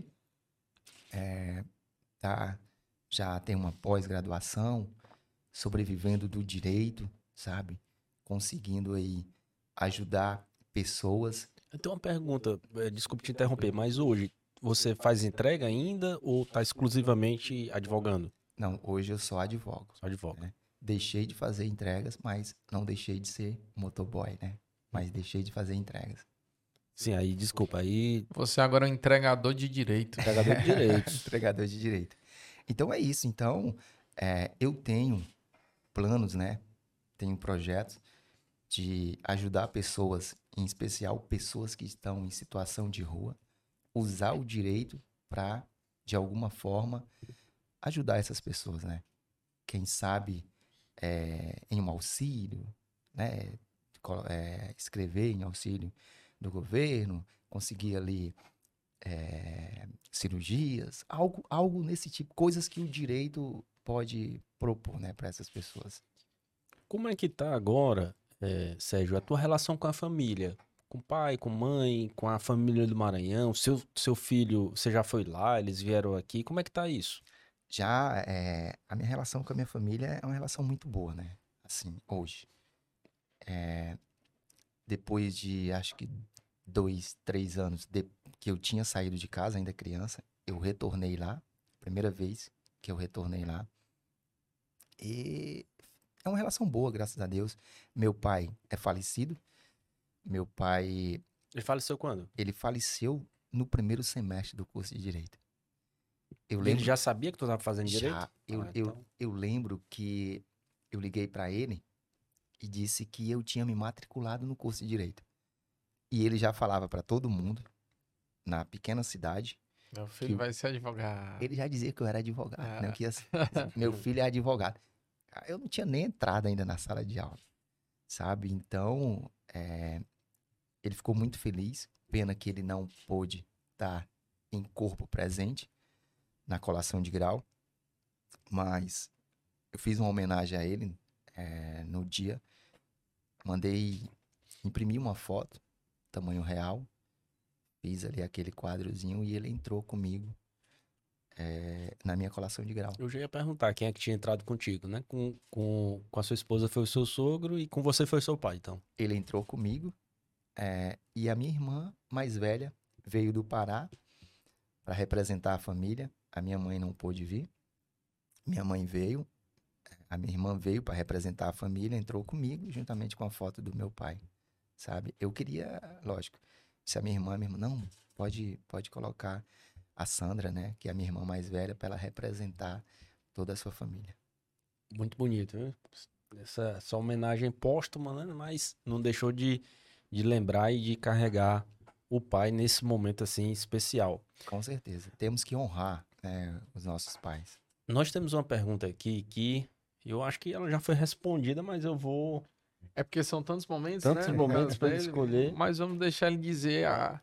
já tenho uma pós-graduação, sobrevivendo do direito, sabe? Conseguindo aí ajudar pessoas. Eu tenho uma pergunta, desculpe te interromper, mas hoje você faz entrega ainda ou está exclusivamente advogando? Não, hoje eu só advogo. Só advoga. Né? Deixei de fazer entregas, mas não deixei de ser motoboy, né? Mas deixei de fazer entregas. Sim, aí, desculpa, aí... Você agora é um entregador de direito. Entregador de direitos. Entregador de direito. Então é isso. Então, eu tenho planos, né? Tenho projetos de ajudar pessoas, em especial pessoas que estão em situação de rua, usar o direito para, de alguma forma, ajudar essas pessoas, né? Quem sabe em um auxílio, né? Escrever em auxílio do governo, conseguir ali cirurgias, algo nesse tipo, coisas que o direito pode propor, né, para essas pessoas. Como é que tá agora, Sérgio, a tua relação com a família? Com pai, com mãe, com a família do Maranhão? Seu filho, você já foi lá, eles vieram aqui, como é que tá isso? Já a minha relação com a minha família é uma relação muito boa, né? Assim, hoje. Depois de, acho que 2, 3 anos que eu tinha saído de casa, ainda criança, eu retornei lá, primeira vez que eu retornei lá. E é uma relação boa, graças a Deus. Meu pai é falecido. Meu pai, Ele faleceu quando? ele faleceu no primeiro semestre do curso de Direito. Eu Ele lembro, já sabia que tu estava fazendo direito? já, Então. eu lembro que eu liguei para ele e disse que eu tinha me matriculado no curso de Direito. E ele já falava para todo mundo, na pequena cidade, Meu filho vai ser advogado. ele já dizia que eu era advogado, Ah. né? Que meu filho é advogado. Eu não tinha nem entrado ainda na sala de aula, sabe? Então, ele ficou muito feliz. Pena que ele não pôde estar em corpo presente na colação de grau. Mas eu fiz uma homenagem a ele no dia. Mandei imprimir uma foto, tamanho real. Fiz ali aquele quadrozinho e ele entrou comigo na minha colação de grau. Eu já ia perguntar quem é que tinha entrado contigo, né? Com a sua esposa foi o seu sogro e com você foi o seu pai, então. Ele entrou comigo e a minha irmã mais velha veio do Pará para representar a família. A minha mãe não pôde vir. Minha mãe veio. A minha irmã veio para representar a família, entrou comigo juntamente com a foto do meu pai, sabe? Eu queria, lógico, se a minha irmã, não, pode colocar a Sandra, né? Que é a minha irmã mais velha, para ela representar toda a sua família. Muito bonito, viu? Essa homenagem póstuma, né? Mas não deixou de lembrar e de carregar o pai nesse momento assim especial. Com certeza. Temos que honrar, né, os nossos pais. Nós temos uma pergunta aqui que eu acho que ela já foi respondida, mas eu vou... É porque são tantos momentos, Tantos né? momentos pra ele Dele, escolher. Mas vamos deixar ele dizer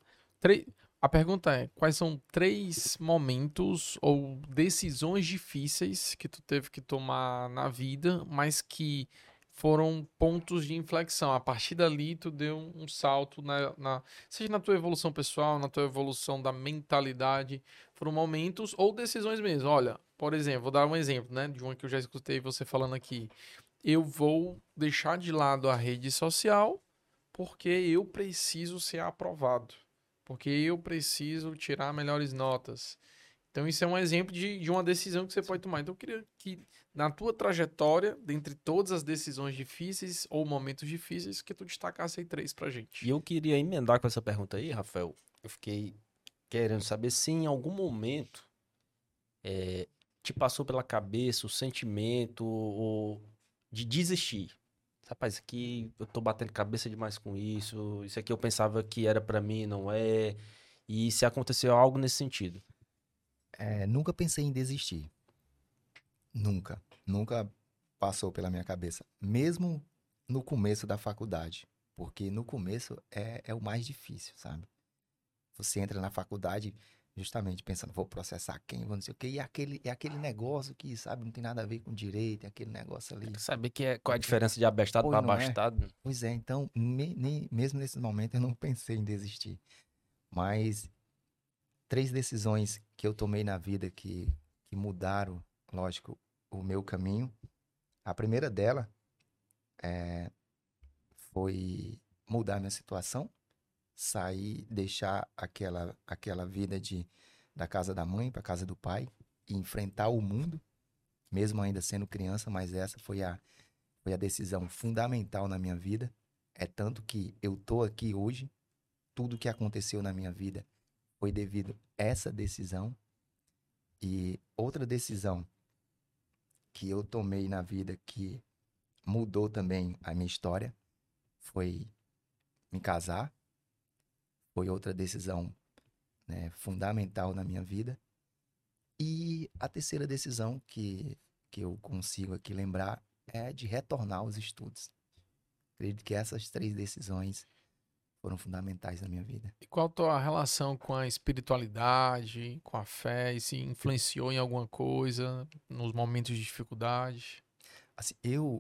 a pergunta é, quais são 3 momentos ou decisões difíceis que tu teve que tomar na vida, mas que foram pontos de inflexão. A partir dali, tu deu um salto, seja na tua evolução pessoal, na tua evolução da mentalidade. Foram momentos ou decisões mesmo. Olha, por exemplo, vou dar um exemplo, né, de uma que eu já escutei você falando aqui. Eu vou deixar de lado a rede social porque eu preciso ser aprovado. Porque eu preciso tirar melhores notas. Então, isso é um exemplo de uma decisão que você pode tomar. Então, eu queria que, na tua trajetória, dentre todas as decisões difíceis ou momentos difíceis, que tu destacasse aí 3 pra E gente. eu queria emendar com essa pergunta aí, Rafael. Eu fiquei querendo saber se em algum momento te passou pela cabeça o sentimento de desistir. Rapaz, isso aqui eu tô batendo cabeça demais com isso aqui eu pensava que era pra mim, não é. E se aconteceu algo nesse sentido. Nunca pensei em desistir. Nunca. Nunca passou pela minha cabeça. Mesmo no começo da faculdade. Porque no começo é o mais difícil, sabe? Você entra na faculdade justamente pensando, vou processar quem, vou não sei o quê. E é aquele negócio que, sabe, não tem nada a ver com direito, é aquele negócio ali. Saber qual é a diferença de abestado para Pois não é? abastado. Pois é, então, mesmo nesse momento eu não pensei em desistir. Mas 3 decisões que eu tomei na vida que mudaram, lógico, o meu caminho. A primeira dela foi mudar minha situação, sair, deixar aquela vida da casa da mãe para casa do pai e enfrentar o mundo, mesmo ainda sendo criança, mas essa foi a decisão fundamental na minha vida. É tanto que eu tô aqui hoje, tudo que aconteceu na minha vida foi devido a essa decisão. E outra decisão que eu tomei na vida que mudou também a minha história foi me casar. Foi outra decisão, né, fundamental na minha vida. E a terceira decisão que eu consigo aqui lembrar é de retornar aos estudos. Acredito que essas 3 decisões foram fundamentais na minha vida. E qual a tua relação com a espiritualidade, com a fé? E se influenciou em alguma coisa nos momentos de dificuldade? Assim,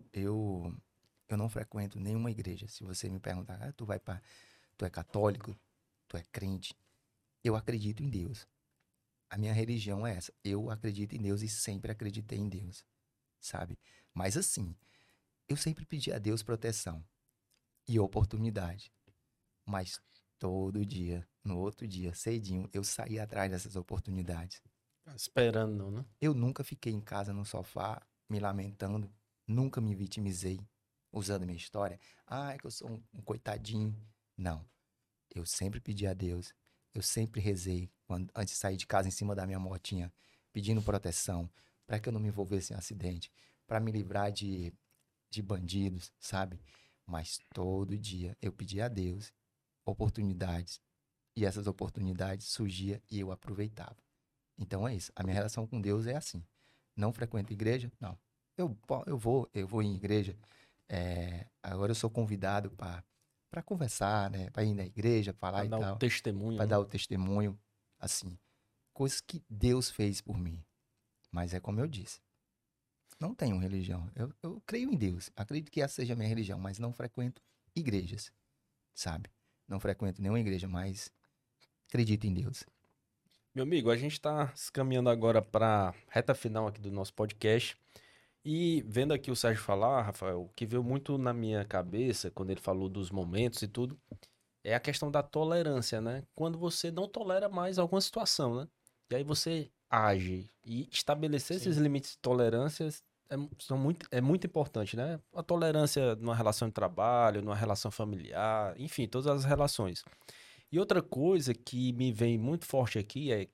eu não frequento nenhuma igreja. Se você me perguntar, tu é católico, tu é crente, eu acredito em Deus. A minha religião é essa. Eu acredito em Deus e sempre acreditei em Deus, sabe? Mas assim, eu sempre pedi a Deus proteção e oportunidade. Mas todo dia, no outro dia, cedinho, eu saía atrás dessas oportunidades. Esperando, não, né? Eu nunca fiquei em casa no sofá me lamentando, nunca me vitimizei usando minha história. Ah, é que eu sou um coitadinho. Não. Eu sempre pedi a Deus, eu sempre rezei antes de sair de casa em cima da minha motinha, pedindo proteção para que eu não me envolvesse em acidente, para me livrar de bandidos, sabe? Mas todo dia eu pedia a Deus oportunidades e essas oportunidades surgiam e eu aproveitava. Então é isso. A minha relação com Deus é assim. Não frequento igreja? Não. Eu vou em igreja. Agora eu sou convidado para conversar, né? Para ir na igreja, falar Pra e dar o tal. testemunho, Para né? dar o testemunho. Assim, coisas que Deus fez por mim. Mas é como eu disse. Não tenho religião. Eu creio em Deus. Acredito que essa seja a minha religião, mas não frequento igrejas, sabe? Não frequento nenhuma igreja, mas acredito em Deus. Meu amigo, a gente está se caminhando agora para reta final aqui do nosso podcast. E vendo aqui o Sérgio falar, Rafael, o que veio muito na minha cabeça quando ele falou dos momentos e tudo, é a questão da tolerância, né? Quando você não tolera mais alguma situação, né? E aí você age. E estabelecer esses Sim. limites de tolerância é muito importante, né? A tolerância numa relação de trabalho, numa relação familiar, enfim, todas as relações. E outra coisa que me vem muito forte aqui é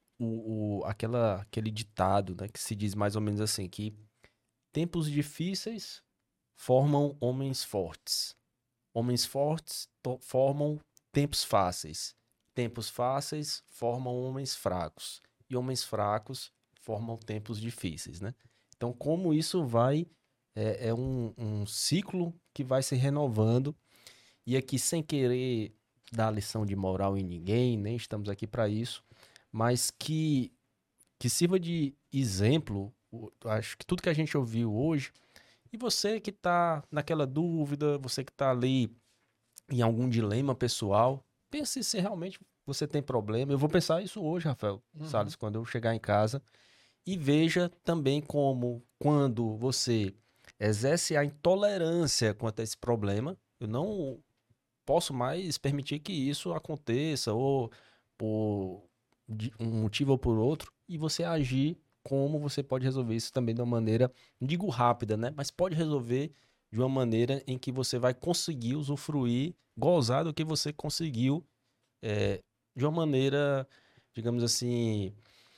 aquele ditado, né? Que se diz mais ou menos assim, que tempos difíceis formam homens fortes. Homens fortes formam tempos fáceis. Tempos fáceis formam homens fracos. E homens fracos formam tempos difíceis, né? Então, como isso vai... É um ciclo que vai se renovando. E aqui, sem querer dar lição de moral em ninguém, nem estamos aqui para isso, mas que sirva de exemplo, acho que tudo que a gente ouviu hoje, e você que está naquela dúvida, você que está ali em algum dilema pessoal, pense se realmente você tem problema. Eu vou pensar isso hoje, Rafael Salles, quando eu chegar em casa, e veja também como, quando você exerce a intolerância quanto a esse problema, eu não posso mais permitir que isso aconteça, ou por um motivo ou por outro, e você agir como você pode resolver isso também de uma maneira, não digo rápida, né? Mas pode resolver de uma maneira em que você vai conseguir usufruir, gozar do que você conseguiu de uma maneira, digamos assim,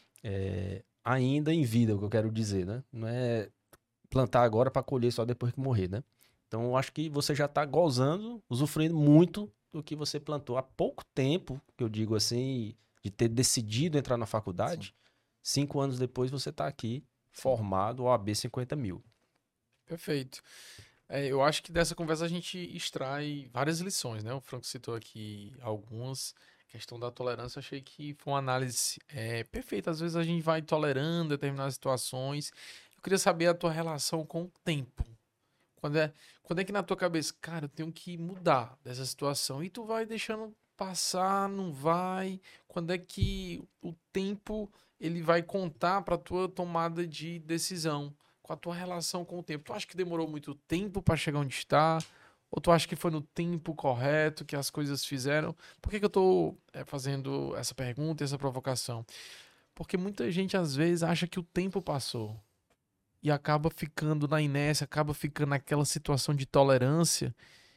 ainda em vida, é o que eu quero dizer, né? Não é plantar agora para colher só depois que morrer, né? Então, eu acho que você já está gozando, usufruindo muito do que você plantou há pouco tempo, que eu digo assim, de ter decidido entrar na Sim, faculdade. 5 anos depois você está aqui, sim. formado, OAB 50.000. Perfeito. Eu acho que dessa conversa a gente extrai várias lições, né? O Franco citou aqui algumas. Questão da tolerância, eu achei que foi uma análise perfeita. Às vezes a gente vai tolerando determinadas situações. Eu queria saber a tua relação com o tempo. Quando é, quando é que na tua cabeça, cara, eu tenho que mudar dessa situação? E tu vai deixando passar, não vai? Quando é que o tempo ele vai contar para tua tomada de decisão? Com a tua relação com o tempo? Tu acha que demorou muito tempo para chegar onde está? Ou tu acha que foi no tempo correto que as coisas fizeram? Por que que eu tô fazendo essa pergunta e essa provocação? Porque muita gente às vezes acha que o tempo passou e acaba ficando na inércia, acaba ficando naquela situação de tolerância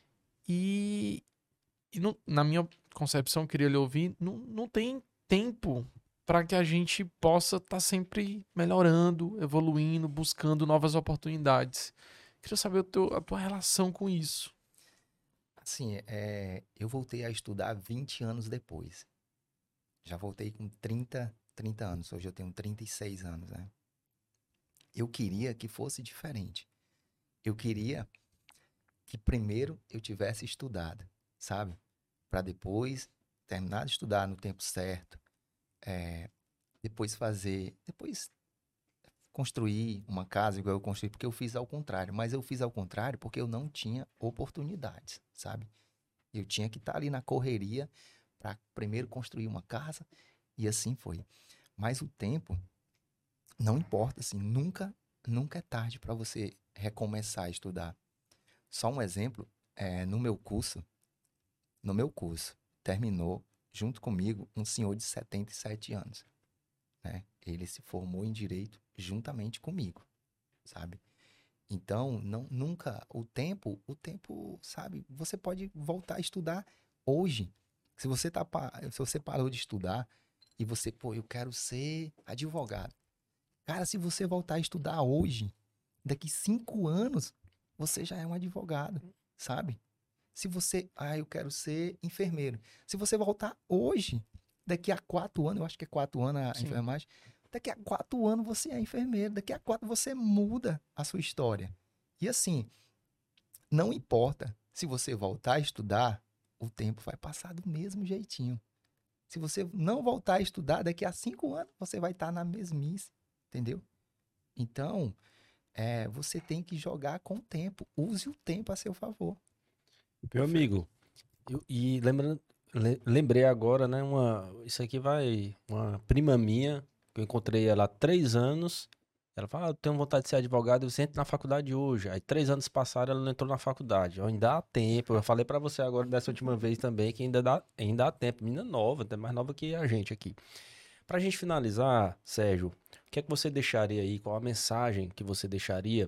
e, na minha concepção, eu queria lhe ouvir, não tem tempo para que a gente possa estar sempre melhorando, evoluindo, buscando novas oportunidades. Queria saber a tua relação com isso. Assim, eu voltei a estudar 20 anos depois. Já voltei com 30 anos. Hoje eu tenho 36 anos, né? Eu queria que fosse diferente. Eu queria que primeiro eu tivesse estudado, sabe? Para depois terminar de estudar no tempo certo, é, depois construir uma casa igual eu construí, porque eu fiz ao contrário. Mas eu fiz ao contrário porque eu não tinha oportunidades, sabe? Eu tinha que estar ali na correria para primeiro construir uma casa e assim foi. Mas o tempo não importa, assim, nunca é tarde para você recomeçar a estudar. Só um exemplo, no meu curso, terminou junto comigo um senhor de 77 anos, né? Ele se formou em direito juntamente comigo, sabe? Então, nunca o tempo, sabe? Você pode voltar a estudar hoje. Se você parou de estudar e você, pô, eu quero ser advogado. Cara, se você voltar a estudar hoje, daqui 5 anos, você já é um advogado, sabe? Se você, eu quero ser enfermeiro. Se você voltar hoje, daqui a 4 anos, eu acho que é 4 anos a Sim. enfermagem, daqui a 4 anos você é enfermeiro, daqui a 4 você muda a sua história. E assim, não importa se você voltar a estudar, o tempo vai passar do mesmo jeitinho. Se você não voltar a estudar, daqui a 5 anos você vai estar na mesmice, entendeu? Então, você tem que jogar com o tempo. Use o tempo a seu favor. Meu Perfeito. amigo, e lembrei agora, né? Isso aqui uma prima minha, que eu encontrei ela há 3 anos. Ela fala, eu tenho vontade de ser advogado, você entra na faculdade hoje. Aí 3 anos passaram, ela não entrou na faculdade. Ainda há tempo. Eu falei pra você agora dessa última vez também que ainda há tempo. Menina nova, até mais nova que a gente aqui. Pra gente finalizar, Sérgio, o que é que você deixaria aí? Qual a mensagem que você deixaria?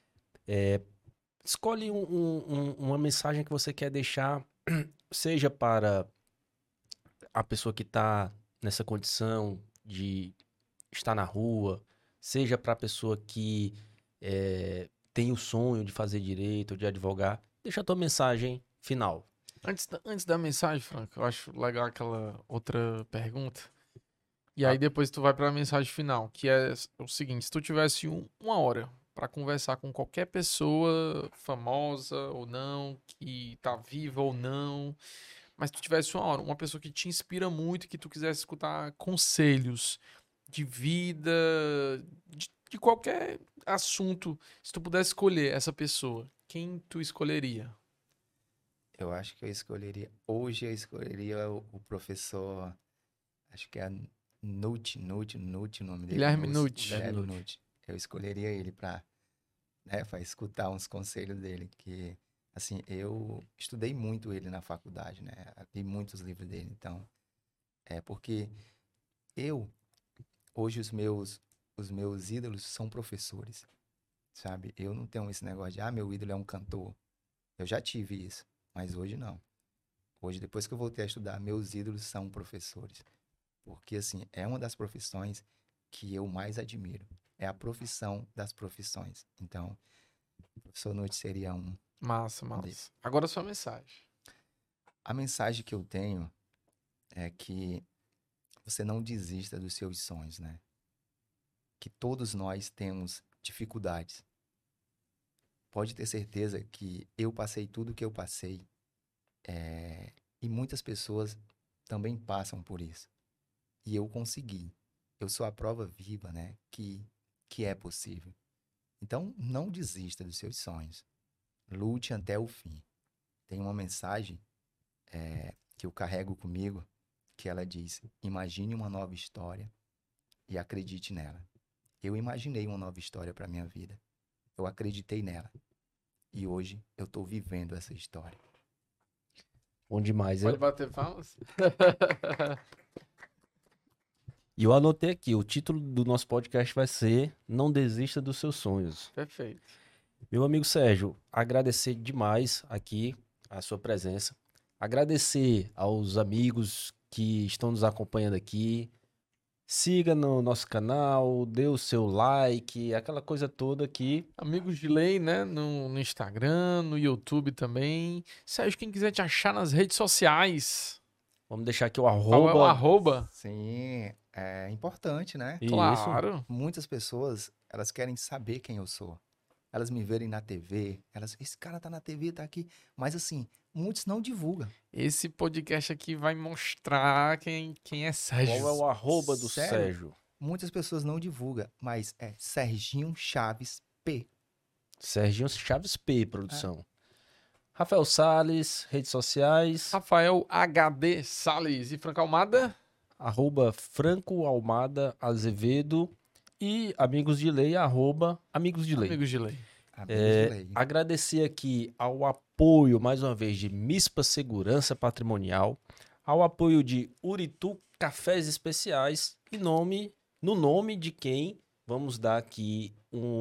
Escolhe uma mensagem que você quer deixar, seja para a pessoa que está nessa condição de estar na rua, seja para a pessoa que tem o sonho de fazer direito, de advogar. Deixa a tua mensagem final. Antes da mensagem, Franco, eu acho legal aquela outra pergunta. E Ah, aí depois tu vai para a mensagem final, que é o seguinte: se tu tivesse uma hora para conversar com qualquer pessoa, famosa ou não, que tá viva ou não, mas tu tivesse uma hora, uma pessoa que te inspira muito, que tu quisesse escutar conselhos de vida, de qualquer assunto, se tu pudesse escolher essa pessoa, quem tu escolheria? Eu acho que hoje eu escolheria o professor, acho que é Nutt, o nome dele, Guilherme Nutt. Guilherme Guilherme Nutt. Nutt. Eu escolheria ele para, né, para escutar uns conselhos dele, que, assim, eu estudei muito ele na faculdade, né, li muitos livros dele, então, porque eu, hoje os meus ídolos são professores, sabe? Eu não tenho esse negócio de, meu ídolo é um cantor. Eu já tive isso, mas hoje não. Hoje, depois que eu voltei a estudar, meus ídolos são professores. Porque, assim, é uma das profissões que eu mais admiro. É a profissão das profissões. Então, o professor Nutti seria um... Massa. Agora a sua mensagem. A mensagem que eu tenho é que você não desista dos seus sonhos, né? Que todos nós temos dificuldades. Pode ter certeza que eu passei tudo o que eu passei. E muitas pessoas também passam por isso. E eu consegui. Eu sou a prova viva, né? Que é possível. Então, não desista dos seus sonhos. Lute até o fim. Tem uma mensagem que eu carrego comigo, que ela diz: imagine uma nova história e acredite nela. Eu imaginei uma nova história para minha vida. Eu acreditei nela. E hoje eu estou vivendo essa história. Bom demais. Pode bater palmas? E eu anotei aqui, o título do nosso podcast vai ser Não Desista dos Seus Sonhos. Perfeito. Meu amigo Sérgio, agradecer demais aqui a sua presença. Agradecer aos amigos que estão nos acompanhando aqui. Siga no nosso canal, dê o seu like, aquela coisa toda aqui. Amigos de lei, né? No Instagram, no YouTube também. Sérgio, quem quiser te achar nas redes sociais. Vamos deixar aqui o arroba. Qual é o arroba? Sim, é importante, né? Claro. Muitas pessoas, elas querem saber quem eu sou. Elas me verem na TV, esse cara tá na TV, tá aqui. Mas assim, muitos não divulgam. Esse podcast aqui vai mostrar quem é Sérgio. Qual é o arroba do Sérgio? Muitas pessoas não divulgam, mas é Serginho Chaves P. Serginho Chaves P, produção. Rafael Salles, redes sociais. Rafael HD Salles e Franco Almada. @ Franco Almada Azevedo. E Amigos de Lei, @ Amigos de Lei. Amigos de Lei. Agradecer aqui ao apoio, mais uma vez, de MISPA Segurança Patrimonial, ao apoio de Uritu Cafés Especiais, e no nome de quem vamos dar aqui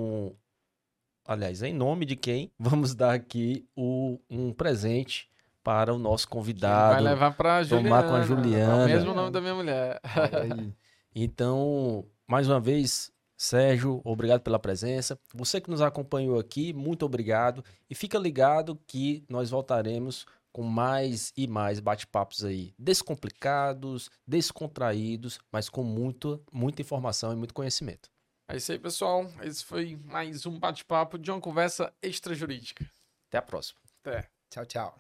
em nome de quem vamos dar aqui um presente para o nosso convidado. Vai levar para Juliana. Tomar com a Juliana. É o mesmo nome da minha mulher. Então, mais uma vez, Sérgio, obrigado pela presença. Você que nos acompanhou aqui, muito obrigado. E fica ligado que nós voltaremos com mais e mais bate-papos aí, descomplicados, descontraídos, mas com muita informação e muito conhecimento. É isso aí, pessoal. Esse foi mais um bate-papo de uma conversa extrajurídica. Até a próxima. Até. Tchau, tchau.